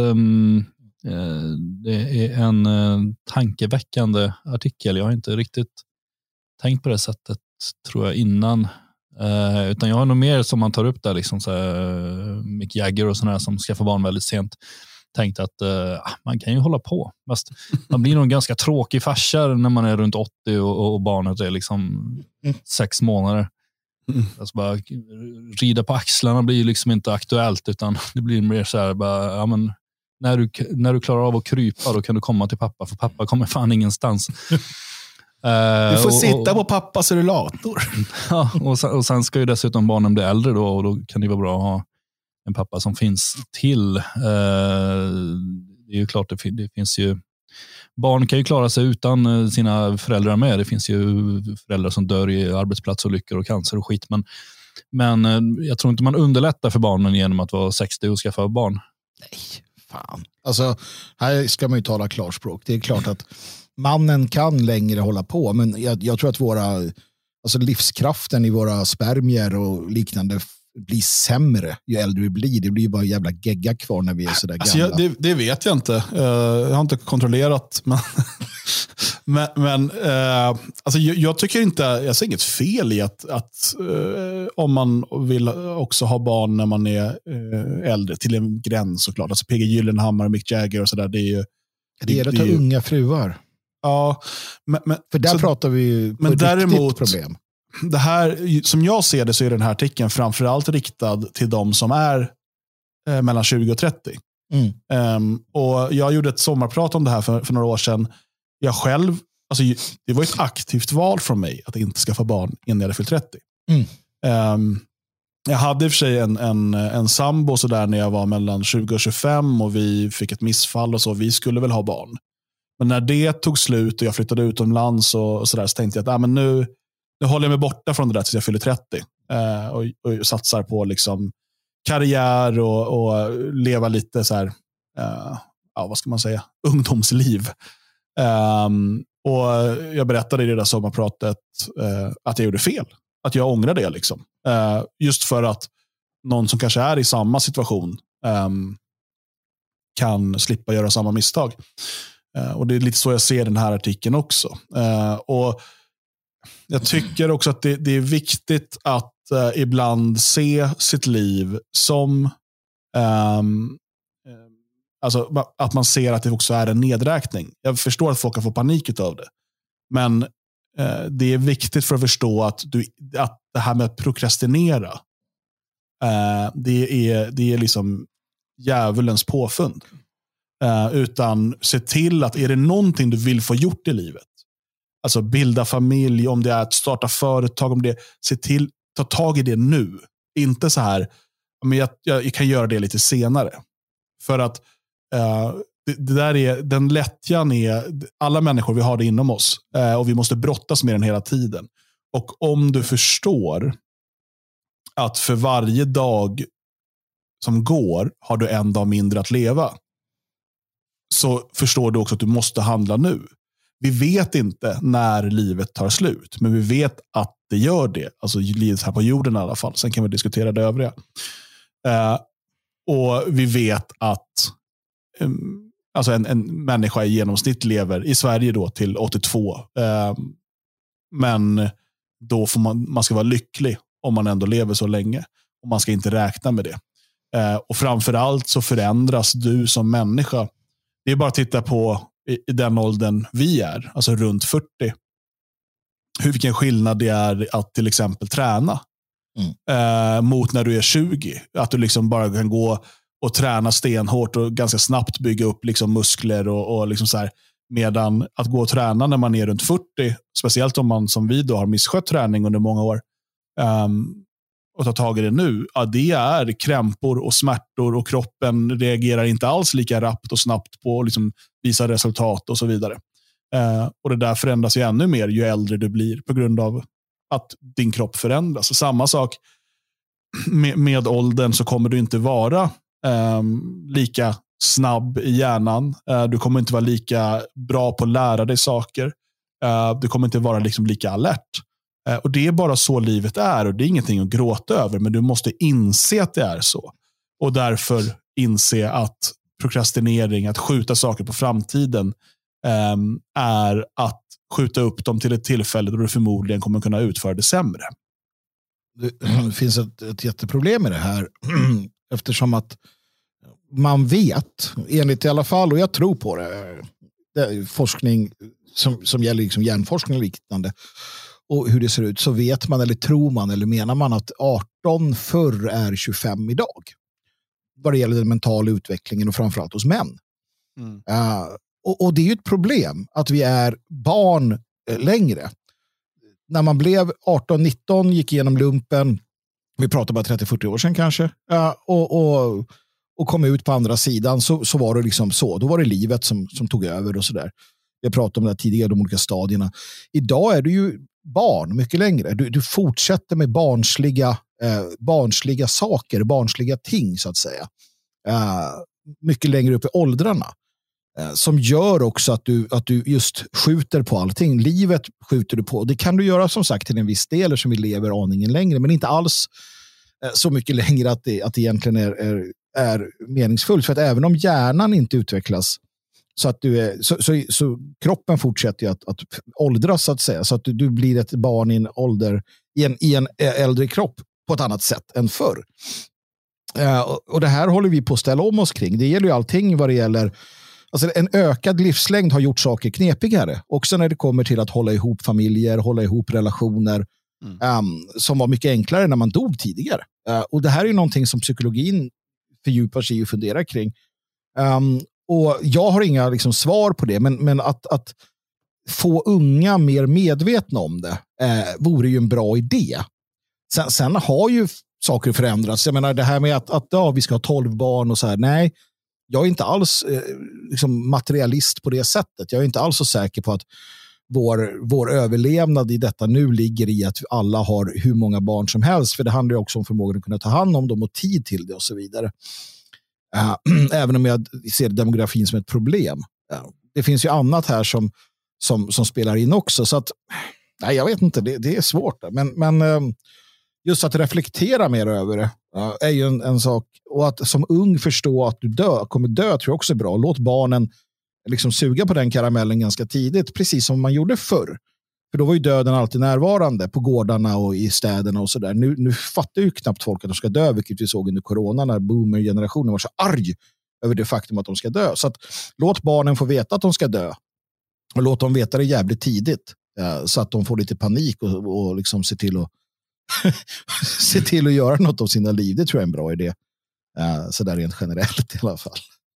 det är en tankeväckande artikel. Jag har inte riktigt tänkt på det sättet, tror jag, innan. Utan jag har nog mer som man tar upp där, liksom så här, Mick Jagger och sådana som skaffar barn väldigt sent. Tänkt att man kan ju hålla på. Fast man blir nog ganska tråkig farsa när man är runt 80 och barnet är liksom 6 månader. Alltså bara rida på axlarna blir ju liksom inte aktuellt, utan det blir mer så här bara, ja, men när du klarar av att krypa, då kan du komma till pappa, för pappa kommer fan ingenstans. Du får sitta på pappas rullator. Ja, och sen ska ju dessutom barnen bli äldre då, och då kan det vara bra att ha en pappa som finns till. Det är ju klart, det finns ju, barn kan ju klara sig utan sina föräldrar med. Det finns ju föräldrar som dör i arbetsplatsolyckor och cancer och skit, men jag tror inte man underlättar för barnen genom att vara 60 och skaffa barn. Nej, fan. Alltså, här ska man ju tala klarspråk. Det är klart att mannen kan längre hålla på, men jag tror att livskraften i våra spermier och liknande blir sämre ju äldre vi blir. Det blir ju bara jävla gegga kvar när vi är sådär gamla. Alltså det vet jag inte. Jag har inte kontrollerat. Men alltså jag tycker inte, jag ser inget fel i att om man vill också ha barn när man är äldre, till en gräns såklart. Alltså P.G. Gyllenhammar och Mick Jagger och sådär. Det är att ha unga fruar. Ja. Men, för där pratar vi ju på ett riktigt problem. Det här, som jag ser det, så är den här artikeln framförallt riktad till de som är mellan 20 och 30. Och jag gjorde ett sommarprat om det här för några år sedan. Jag själv, alltså, det var ett aktivt val från mig att inte skaffa barn innan jag hade fyllt 30. Jag hade i och för sig en sambo så där när jag var mellan 20 och 25 och vi fick ett missfall och så. Vi skulle väl ha barn. Men när det tog slut och jag flyttade utomlands och så där, så tänkte jag att men nu håller jag mig borta från det där tills jag fyller 30 och satsar på liksom karriär och leva lite så här, vad ska man säga, ungdomsliv. Och jag berättade i det där sommarpratet att jag gjorde fel. Att jag ångrar det liksom. Just för att någon som kanske är i samma situation kan slippa göra samma misstag. Och det är lite så jag ser den här artikeln också. Och jag tycker också att det är viktigt att ibland se sitt liv som alltså att man ser att det också är en nedräkning. Jag förstår att folk kan få panik av det. Men det är viktigt för att förstå att det här med att prokrastinera det är liksom djävulens påfund. Utan se till att är det någonting du vill få gjort i livet, alltså bilda familj, om det är att starta företag, om det, se till, ta tag i det nu. Inte så här, men jag kan göra det lite senare. För att det där är, den lättjan är, alla människor, vi har det inom oss. Och vi måste brottas med den hela tiden. Och om du förstår att för varje dag som går har du en dag mindre att leva, så förstår du också att du måste handla nu. Vi vet inte när livet tar slut, men vi vet att det gör det. Alltså livet här på jorden i alla fall. Sen kan vi diskutera det övriga. Och vi vet att alltså en människa i genomsnitt lever i Sverige då till 82. Men då får man ska vara lycklig om man ändå lever så länge. Och man ska inte räkna med det. Och framförallt så förändras du som människa. Det är bara att titta på i den åldern vi är, alltså runt 40. Vilken skillnad det är att till exempel träna mot när du är 20. Att du liksom bara kan gå och träna stenhårt och ganska snabbt bygga upp liksom muskler och liksom så här. Medan att gå och träna när man är runt 40, speciellt om man som vi då har misskött träning under många år och ta tag i det nu, det är krämpor och smärtor och kroppen reagerar inte alls lika rappt och snabbt på att liksom visa resultat och så vidare. Och det där förändras ju ännu mer ju äldre du blir på grund av att din kropp förändras. Och samma sak med åldern, så kommer du inte vara lika snabb i hjärnan. Du kommer inte vara lika bra på att lära dig saker. Du kommer inte vara liksom lika alert. Och det är bara så livet är, och det är ingenting att gråta över, men du måste inse att det är så. Och därför inse att prokrastinering, att skjuta saker på framtiden, är att skjuta upp dem till ett tillfälle då du förmodligen kommer kunna utföra det sämre. Det finns ett jätteproblem med det här eftersom att man vet, enligt i alla fall, och jag tror på det forskning som gäller liksom hjärnforskning och liknande, och hur det ser ut, så vet man eller tror man eller menar man att 18 förr är 25 idag. Vad det gäller den mentala utvecklingen och framförallt hos män. Och det är ju ett problem att vi är barn längre. När man blev 18-19, gick igenom lumpen, vi pratar bara 30-40 år sedan kanske, och kom ut på andra sidan, så var det liksom så. Då var det livet som tog över och sådär. Jag pratade om det tidigare, de olika stadierna. Idag är du ju barn mycket längre. Du fortsätter med barnsliga saker, barnsliga ting så att säga. Mycket längre upp i åldrarna. Som gör också att du just skjuter på allting. Livet skjuter du på. Det kan du göra som sagt till en viss del som vi lever aningen längre, men inte alls så mycket längre att det egentligen är meningsfullt. För att även om hjärnan inte utvecklas så att så kroppen fortsätter att åldras så att säga, så att du blir ett barn i en ålder i en äldre kropp på ett annat sätt än förr. Och det här håller vi på att ställa om oss kring. Det gäller ju allting vad det gäller. Alltså en ökad livslängd har gjort saker knepigare. Också när det kommer till att hålla ihop familjer, hålla ihop relationer som var mycket enklare när man dog tidigare. Och det här är ju någonting som psykologin fördjupar sig och funderar kring. Och jag har inga liksom svar på det, men att få unga mer medvetna om det vore ju en bra idé. Sen har ju saker förändrats. Jag menar det här med att vi ska ha 12 barn och så här. Nej, jag är inte alls liksom materialist på det sättet. Jag är inte alls så säker på att vår överlevnad i detta nu ligger i att alla har hur många barn som helst. För det handlar ju också om förmågan att kunna ta hand om dem och tid till det och så vidare. Även om jag ser demografin som ett problem. Det finns ju annat här som spelar in också. Så att, nej, jag vet inte, det är svårt. Men just att reflektera mer över det är ju en sak. Och att som ung förstå att du kommer dö tror jag också är bra. Låt barnen liksom suga på den karamellen ganska tidigt, precis som man gjorde förr. För då var ju döden alltid närvarande på gårdarna och i städerna och sådär. Nu fattar ju knappt folk att de ska dö, vilket vi såg under corona när boomer-generationen var så arg över det faktum att de ska dö. Så att låt barnen få veta att de ska dö. Och låt dem veta det jävligt tidigt. Så att de får lite panik och liksom se till att göra något av sina liv. Det tror jag är en bra idé. Så där rent generellt i alla fall.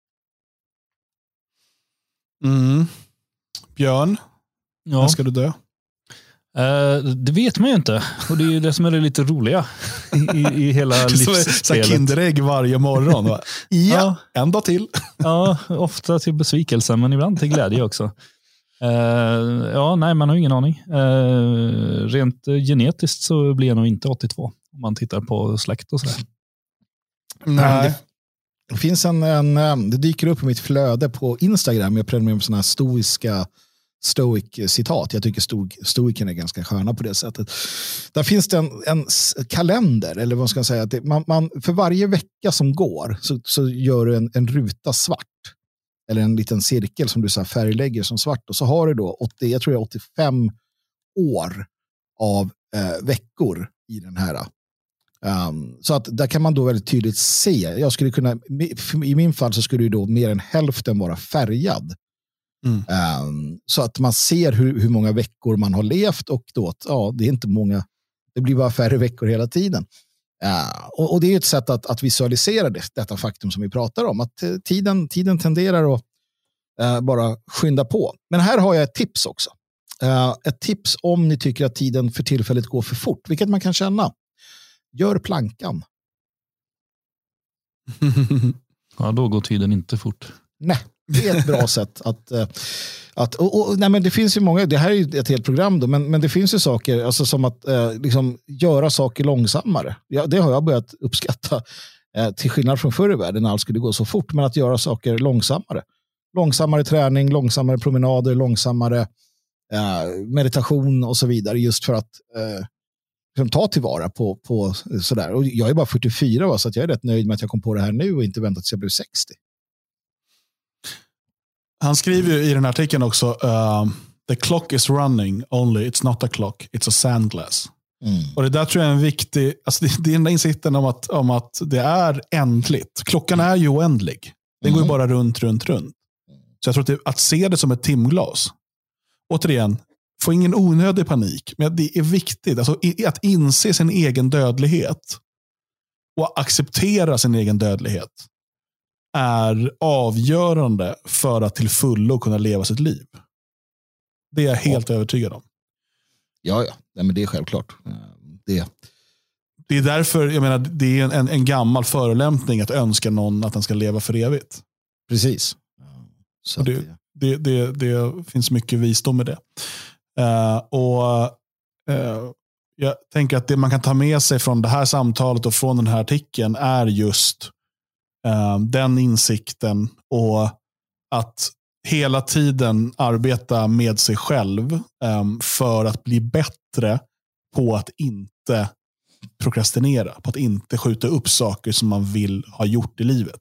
Björn, när ska du dö? Det vet man ju inte. Och det är ju det som är det lite roliga i hela livsspelet. Kinderägg varje morgon. Va? Ja, en dag till. Ja, ofta till besvikelse, men ibland till glädje också. Nej, man har ingen aning. Rent genetiskt så blir jag nog inte 82 om man tittar på släkt och sådär. Nej. Det finns det dyker upp i mitt flöde på Instagram. Jag prenumererar på sådana här stoic-citat. Jag tycker stoiken är ganska sköna på det sättet. Där finns det en kalender, eller vad ska jag säga, att man för varje vecka som går så gör du en ruta svart. Eller en liten cirkel som du så här färglägger som svart. Och så har du då 85 år av veckor i den här Så att där kan man då väldigt tydligt se. Jag skulle kunna, i min fall så skulle ju då mer än hälften vara färgad. Så att man ser hur många veckor man har levt och då, det är inte många, det blir bara färre veckor hela tiden. Och det är ett sätt att visualisera detta faktum som vi pratar om, att tiden tenderar att bara skynda på. Men här har jag ett tips också. Ett tips om ni tycker att tiden för tillfället går för fort, vilket man kan känna. Gör plankan. Ja, då går tiden inte fort. Nej, det är ett bra sätt nej, men det finns ju många, det här är ju ett helt program då, men det finns ju saker alltså som att liksom göra saker långsammare. Ja, det har jag börjat uppskatta till skillnad från förr i världen när allt skulle gå så fort, men att göra saker långsammare. Långsammare träning, långsammare promenader, långsammare meditation och så vidare, just för att ta tillvara på sådär. Och jag är bara 44, så att jag är rätt nöjd med att jag kom på det här nu och inte väntat tills jag blev 60. Han skriver ju i den här artikeln också the clock is running only it's not a clock, it's a sandglass. Och det där tror jag är en viktig, alltså det är den där insikten om att det är ändligt. Klockan är ju oändlig. Den går ju bara runt. Så jag tror att se det som ett timglas. Återigen, få ingen onödig panik, men det är viktigt alltså, att inse sin egen dödlighet och acceptera sin egen dödlighet är avgörande för att till fullo kunna leva sitt liv. Det är jag helt övertygad om. Ja. Nej, men det är självklart. Det är därför, jag menar, det är en gammal förolämpning att önska någon att den ska leva för evigt. Precis. Så det finns mycket visdom i det. Jag tänker att det man kan ta med sig från det här samtalet och från den här artikeln är just den insikten och att hela tiden arbeta med sig själv för att bli bättre på att inte prokrastinera, på att inte skjuta upp saker som man vill ha gjort i livet.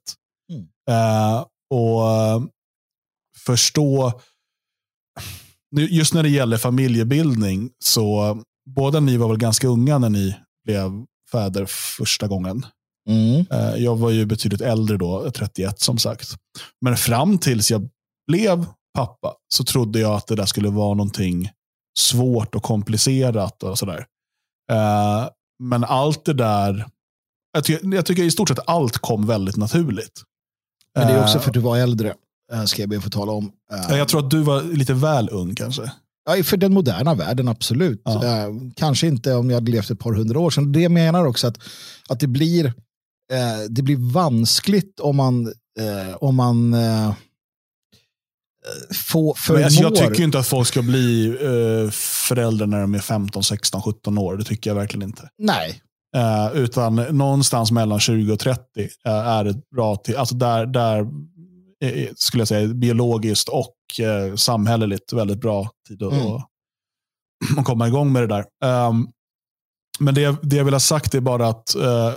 Och förstå just när det gäller familjebildning, så båda ni var väl ganska unga när ni blev fäder första gången. Jag var ju betydligt äldre då, 31 som sagt. Men fram tills jag blev pappa så trodde jag att det där skulle vara någonting svårt och komplicerat och sådär. Men allt det där, jag tycker i stort sett allt kom väldigt naturligt. Men det är också för att du var äldre, ska jag be att få tala om. Jag tror att du var lite väl ung kanske. Ja, för den moderna världen, absolut. Ja. Kanske inte om jag hade levt ett par 100 år sedan. Det menar också att det blir vanskligt om man förmår. Jag tycker inte att folk ska bli föräldrar när de är 15, 16, 17 år. Det tycker jag verkligen inte. Nej. Utan någonstans mellan 20 och 30 är ett bra till. Alltså där skulle jag säga biologiskt och samhälleligt väldigt bra tid att komma igång med det där. Men det jag vill ha sagt är bara att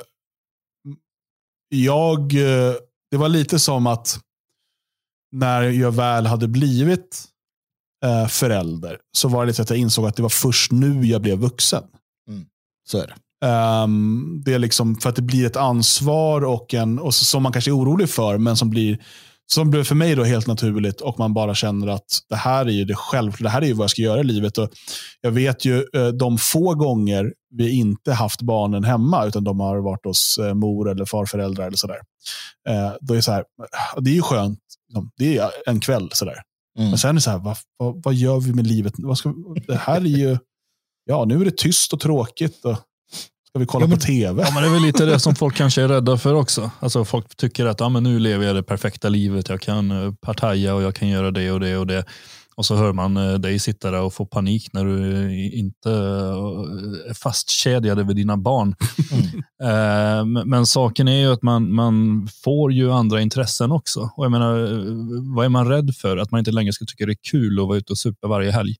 det var lite som att när jag väl hade blivit förälder så var det lite att jag insåg att det var först nu jag blev vuxen. Så är det. Det är liksom för att det blir ett ansvar och som man kanske är orolig för, men som blev för mig då helt naturligt, och man bara känner att det här är ju det självklart, det här är ju vad jag ska göra i livet. Och jag vet ju de få gånger vi inte haft barnen hemma utan de har varit hos mor eller farföräldrar eller sådär. Då är det så här, det är ju skönt, det är en kväll sådär. Men sen är det så här, vad gör vi med livet? Det här är ju, nu är det tyst och tråkigt och ska vi kolla på tv? Ja, men det är väl lite det som folk kanske är rädda för också. Alltså folk tycker att men nu lever jag det perfekta livet. Jag kan partaja och jag kan göra det och det och det. Och så hör man dig sitta där och få panik när du inte är fastkedjade vid dina barn. Men saken är ju att man får ju andra intressen också. Och jag menar, vad är man rädd för? Att man inte längre ska tycka det är kul att vara ute och supa varje helg.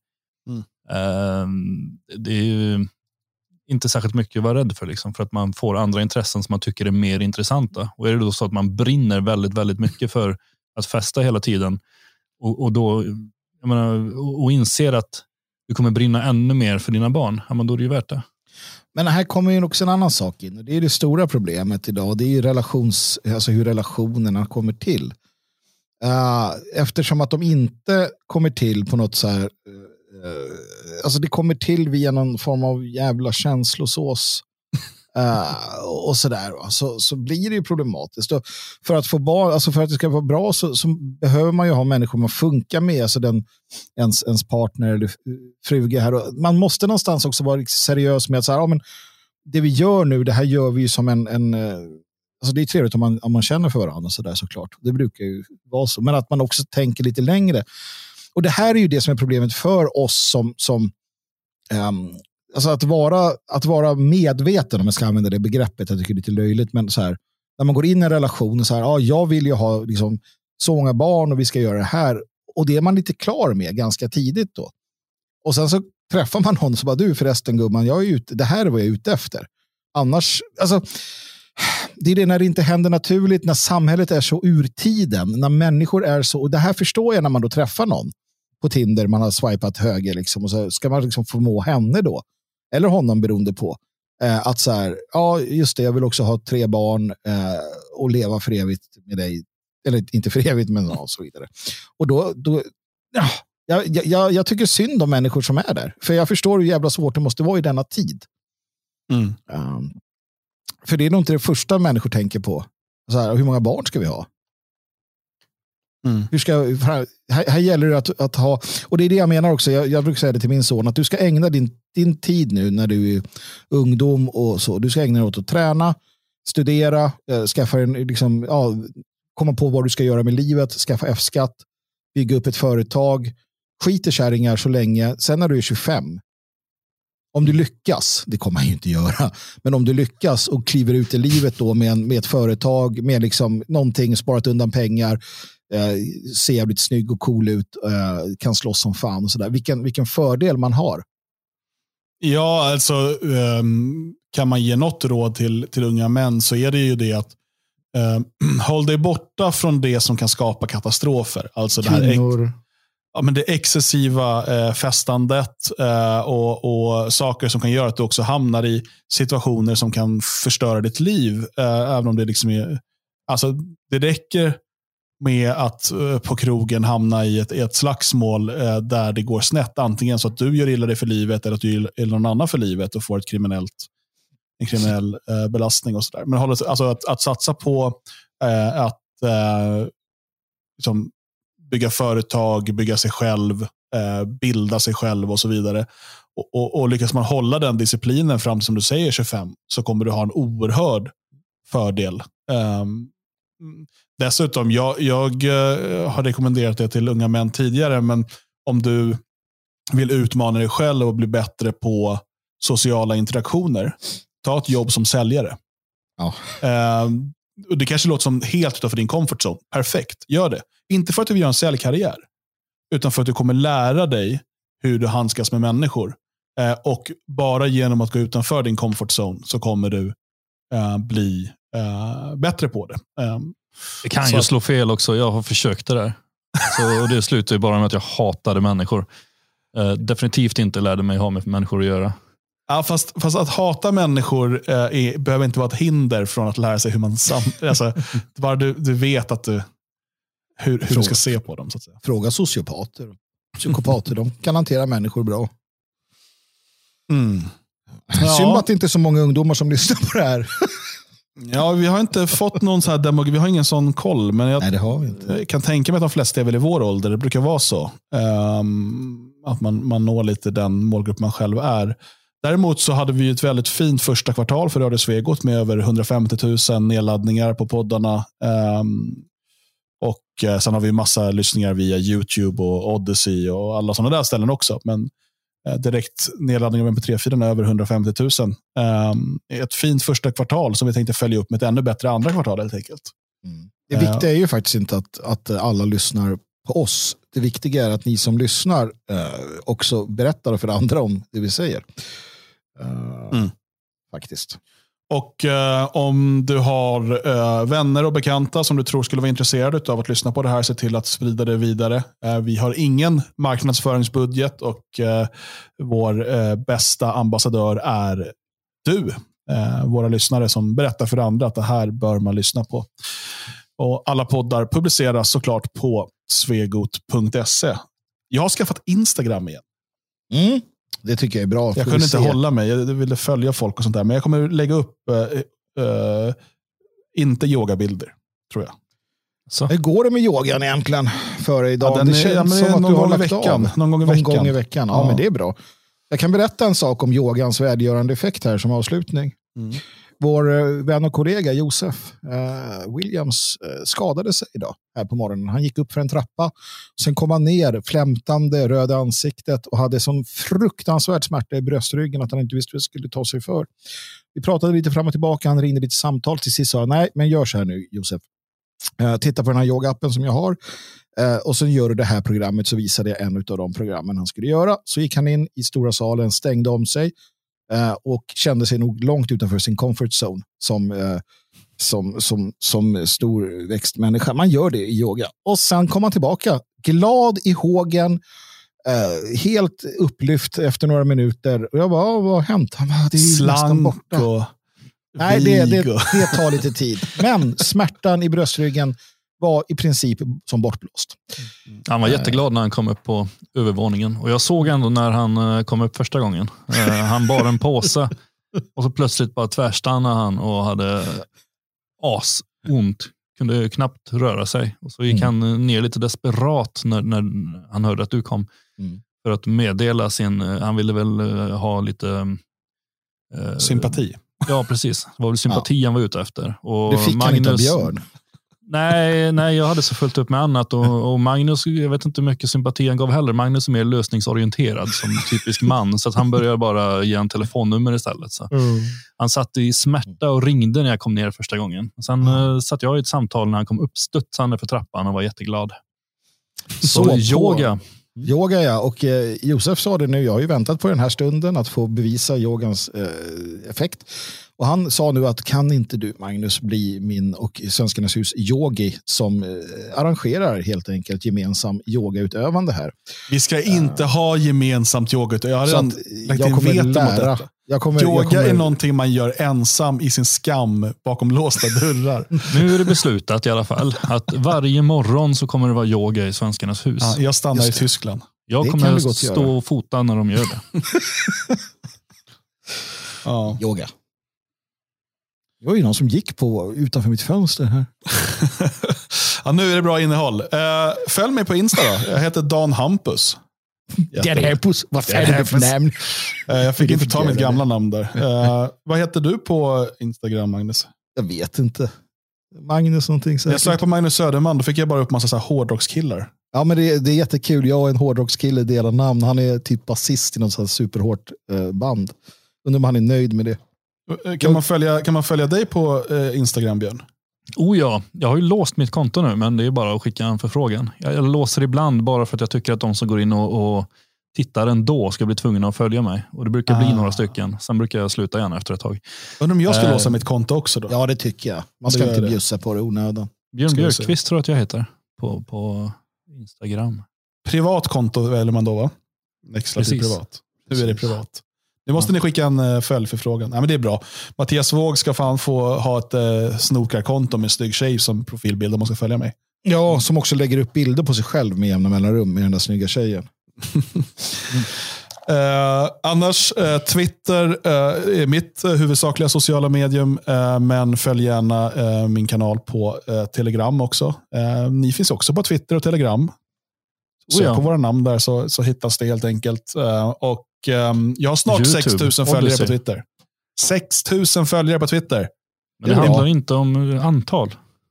Det är ju inte särskilt mycket att vara rädd för, liksom, för att man får andra intressen som man tycker är mer intressanta. Och är det då så att man brinner väldigt, väldigt mycket för att festa hela tiden och då, jag menar, och inser att du kommer brinna ännu mer för dina barn, men då är det ju värt det. Men här kommer ju också en annan sak in. Det är det stora problemet idag. Det är ju hur relationerna kommer till. Eftersom att de inte kommer till på något så här... alltså det kommer till via någon form av jävla känslosås. Och sådär. Så blir det ju problematiskt. Och för att få barn, alltså för att det ska vara bra så behöver man ju ha människor man funkar med. Alltså ens partner eller fruga här. Och man måste någonstans också vara seriös med att så här, men det vi gör nu, det här gör vi ju som en alltså det är trevligt om man känner för varandra och sådär såklart. Det brukar ju vara så. Men att man också tänker lite längre. Och det här är ju det som är problemet för oss som alltså att vara medveten, om jag ska använda det begreppet, jag tycker det är lite löjligt, men så här, när man går in i en relation och så här, jag vill ju ha liksom så många barn och vi ska göra det här, och det är man lite klar med ganska tidigt då. Och sen så träffar man någon och så bara, du förresten gumman, det här är vad jag är ute efter. Annars, alltså det är det när det inte händer naturligt, när samhället är så ur tiden, när människor är så, och det här förstår jag när man då träffar någon på Tinder, man har swipat höger liksom, och så ska man liksom förmå henne då, eller honom beroende på, att så här, ja just det, jag vill också ha 3 barn och leva för evigt med dig, eller inte för evigt men och så vidare. Och då jag tycker synd om människor som är där, för jag förstår hur jävla svårt det måste vara i denna tid. För det är nog inte det första människor tänker på. Så här, hur många barn ska vi ha? Här gäller det att ha, och det är det jag menar också, jag brukar säga det till min son, att du ska ägna din tid nu när du är ungdom och så, du ska ägna dig åt att träna, studera, skaffa liksom, komma på vad du ska göra med livet, skaffa F-skatt, bygga upp ett företag, skit i kärringar så länge, sen när du är 25, om du lyckas, det kommer man ju inte göra, men om du lyckas och kliver ut i livet då med ett företag, med liksom någonting, sparat undan pengar, ser jävligt snygg och cool ut, kan slåss som fan och sådär. Vilken fördel man har. Ja, alltså kan man ge något råd till unga män, så är det ju det att håll dig borta från det som kan skapa katastrofer. Alltså det excessiva festandet och saker som kan göra att du också hamnar i situationer som kan förstöra ditt liv, även om det liksom är, alltså det räcker med att på krogen hamna i ett slagsmål där det går snett, antingen så att du gör illa dig för livet eller att du gör illa någon annan för livet och får en kriminell belastning och sådär. Men alltså att satsa på att liksom bygga företag, bygga sig själv, bilda sig själv och så vidare. Och lyckas man hålla den disciplinen fram till, som du säger, 25, så kommer du ha en oerhörd fördel. Dessutom, jag har rekommenderat det till unga män tidigare, men om du vill utmana dig själv och bli bättre på sociala interaktioner, ta ett jobb som säljare. Ja. Och det kanske låter som helt utanför din comfort zone. Perfekt, gör det. Inte för att du vill göra en säljkarriär, utan för att du kommer lära dig hur du handskas med människor. Och bara genom att gå utanför din comfort zone så kommer du bli bättre på det. Det kan ju slå fel också. Jag har försökt det där. Och det slutar ju bara med att jag hatade människor. Definitivt inte lärde mig ha med människor att göra. Ja, fast att hata människor behöver inte vara ett hinder från att lära sig hur man alltså, bara du vet att hur du ska se på dem, så att säga. Fråga sociopater. Psykopater, de kan hantera människor bra. Synd att det inte är så många ungdomar som lyssnar på det här. Ja, vi har inte fått någon så här vi har ingen sån koll, men nej, det har vi inte. Jag kan tänka mig att de flesta är väl i vår ålder. Det brukar vara så. Att man når lite den målgrupp man själv är. Däremot så hade vi ett väldigt fint första kvartal för Radio Svegot med över 150 000 nedladdningar på poddarna. Och sen har vi massa lyssningar via YouTube och Odyssey och alla sådana där ställen också. Men direkt nedladdning av MP3-filen över 150 000. Ett fint första kvartal som vi tänkte följa upp med ett ännu bättre andra kvartal helt enkelt. Det viktiga är ju faktiskt inte att alla lyssnar på oss. Det viktiga är att ni som lyssnar också berättar för andra om det vi säger. Faktiskt. Och om du har vänner och bekanta som du tror skulle vara intresserade av att lyssna på det här, se till att sprida det vidare. Vi har ingen marknadsföringsbudget och vår bästa ambassadör är du. Våra lyssnare som berättar för andra att det här bör man lyssna på. Och alla poddar publiceras såklart på svegot.se. Jag har skaffat Instagram igen. Det tycker jag är bra. Jag kunde inte hålla mig. Jag ville följa folk och sånt där. Men jag kommer lägga upp inte yogabilder, tror jag. Så. Hur går det med yogan egentligen för idag? Ja, det känns som att du har lagt av. Någon gång i veckan. Ja, men det är bra. Jag kan berätta en sak om yogans välgörande effekt här som avslutning. Vår vän och kollega Josef Williams skadade sig idag här på morgonen. Han gick upp för en trappa. Sen kom han ner flämtande, röda ansiktet och hade sån fruktansvärd smärta i bröstryggen att han inte visste vad det skulle ta sig för. Vi pratade lite fram och tillbaka. Han ringde lite samtal till sig och sa nej, men gör så här nu Josef. Titta på den här yoga-appen som jag har. Och sen gör du det här programmet, så visade jag en av de programmen han skulle göra. Så gick han in i stora salen, stängde om sig och kände sig nog långt utanför sin comfort zone som stor växtmänniska. Man gör det i yoga. Och sen kom han tillbaka, glad i hågen, helt upplyft efter några minuter. Och jag bara, vad har hänt? Han bara, det är slank och nej, det tar lite tid. Men smärtan i bröstryggen var i princip som bortblåst. Han var jätteglad när han kom upp på övervåningen. Och jag såg ändå när han kom upp första gången. Han bar en påse och så plötsligt bara tvärstannade han och hade ont. Kunde knappt röra sig. Och så gick han ner lite desperat när han hörde att du kom. För att meddela han ville väl ha lite sympati. Ja, precis. Det var väl sympati han var ute efter. Och det fick Magnus, han inte av Björn. Nej, jag hade så fullt upp med annat och Magnus, jag vet inte hur mycket sympati han gav heller. Magnus är mer lösningsorienterad som typisk man, så att han började bara ge en telefonnummer istället. Så. Han satt i smärta och ringde när jag kom ner första gången. Sen satt jag i ett samtal när han kom uppstudsande för trappan och var jätteglad. Så yoga. Yoga, ja. Och Josef sa det nu, jag har ju väntat på den här stunden att få bevisa yogans effekt. Och han sa nu att kan inte du, Magnus, bli min och Svenskarnas hus yogi som arrangerar helt enkelt gemensam yogautövande här. Vi ska inte ha gemensamt yogautövande. Jag har lagt in veto mot detta. Yoga är någonting man gör ensam i sin skam bakom låsta dörrar. Nu är det beslutat i alla fall att varje morgon så kommer det vara yoga i Svenskarnas hus. Ja, jag stannar i Tyskland. Jag kommer att stå och fota när de gör det. Ja. Yoga. Det var ju någon som gick på utanför mitt fönster här. Ja, nu är det bra innehåll. Följ mig på Insta då. Jag heter Dan Hampus. Vad är det för namn? Jag fick inte ta mitt gamla namn där. Vad heter du på Instagram, Magnus? Jag vet inte. Magnus någonting säkert. Jag sökte på Magnus Söderman, då fick jag bara upp massa så här hårdrockskillar. Ja, men det är jättekul. Jag och en hårdrockskille delar namn. Han är typ basist i något så här superhårt band. Undrar om han är nöjd med det. Kan man följa dig på Instagram, Björn? Ja, jag har ju låst mitt konto nu, men det är bara att skicka en förfrågan. Jag låser ibland bara för att jag tycker att de som går in och tittar ändå ska bli tvungna att följa mig. Och det brukar bli några stycken. Sen brukar jag sluta igen efter ett tag. Undrar om jag ska låsa mitt konto också då? Ja, det tycker jag. Man ska inte bjussa på det onödan. Björn Björkqvist tror jag att jag heter på Instagram. Privat konto väljer man då, va? Växla till privat. Nu är det privat. Nu måste ni skicka en följdförfrågan. Ja, men det är bra. Mattias Våg ska fan få ha ett snokarkonto med snygg tjej som profilbild om man ska följa mig. Ja, som också lägger upp bilder på sig själv med jämna mellanrum med den där snygga tjejen. Annars, Twitter är mitt huvudsakliga sociala medium, men följ gärna min kanal på Telegram också. Ni finns också på Twitter och Telegram. Sök på våra namn där så hittas det helt enkelt. Och jag har snart YouTube, 6 000 följare på Twitter. 6 000 följare på Twitter. Men det handlar inte om antal.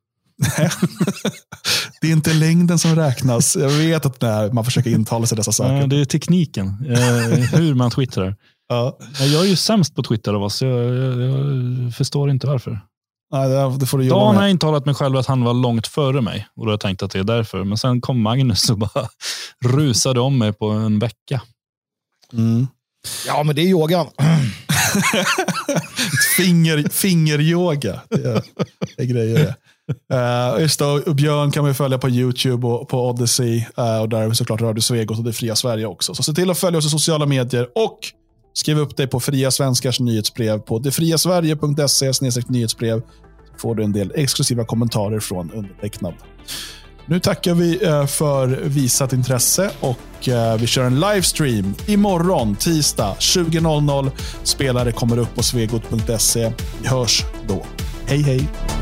Det är inte längden som räknas. Jag vet att när man försöker intala sig dessa saker. Det är tekniken. Hur man twittrar. Ja. Jag är ju sämst på Twitter av oss. Jag förstår inte varför. Nej, det får du jobba Dan med. har intalat mig själv att han var långt före mig. Och då har jag tänkt att det är därför. Men sen kom Magnus och bara rusade om mig på en vecka. Ja, men det är yogan. Fingeryoga. Det är grejer det. Just då, Björn kan man följa på YouTube och på Odyssey. Och där är såklart Radio Svegot och Det Fria Sverige också. Så se till att följa oss i sociala medier och skriv upp dig på Fria Svenskars nyhetsbrev på detfriasverige.se/nyhetsbrev. Så får du en del exklusiva kommentarer från undertecknad. Nu tackar vi för visat intresse och vi kör en livestream imorgon tisdag 20:00. Spelare kommer upp på svegot.se. Vi hörs då. Hej hej!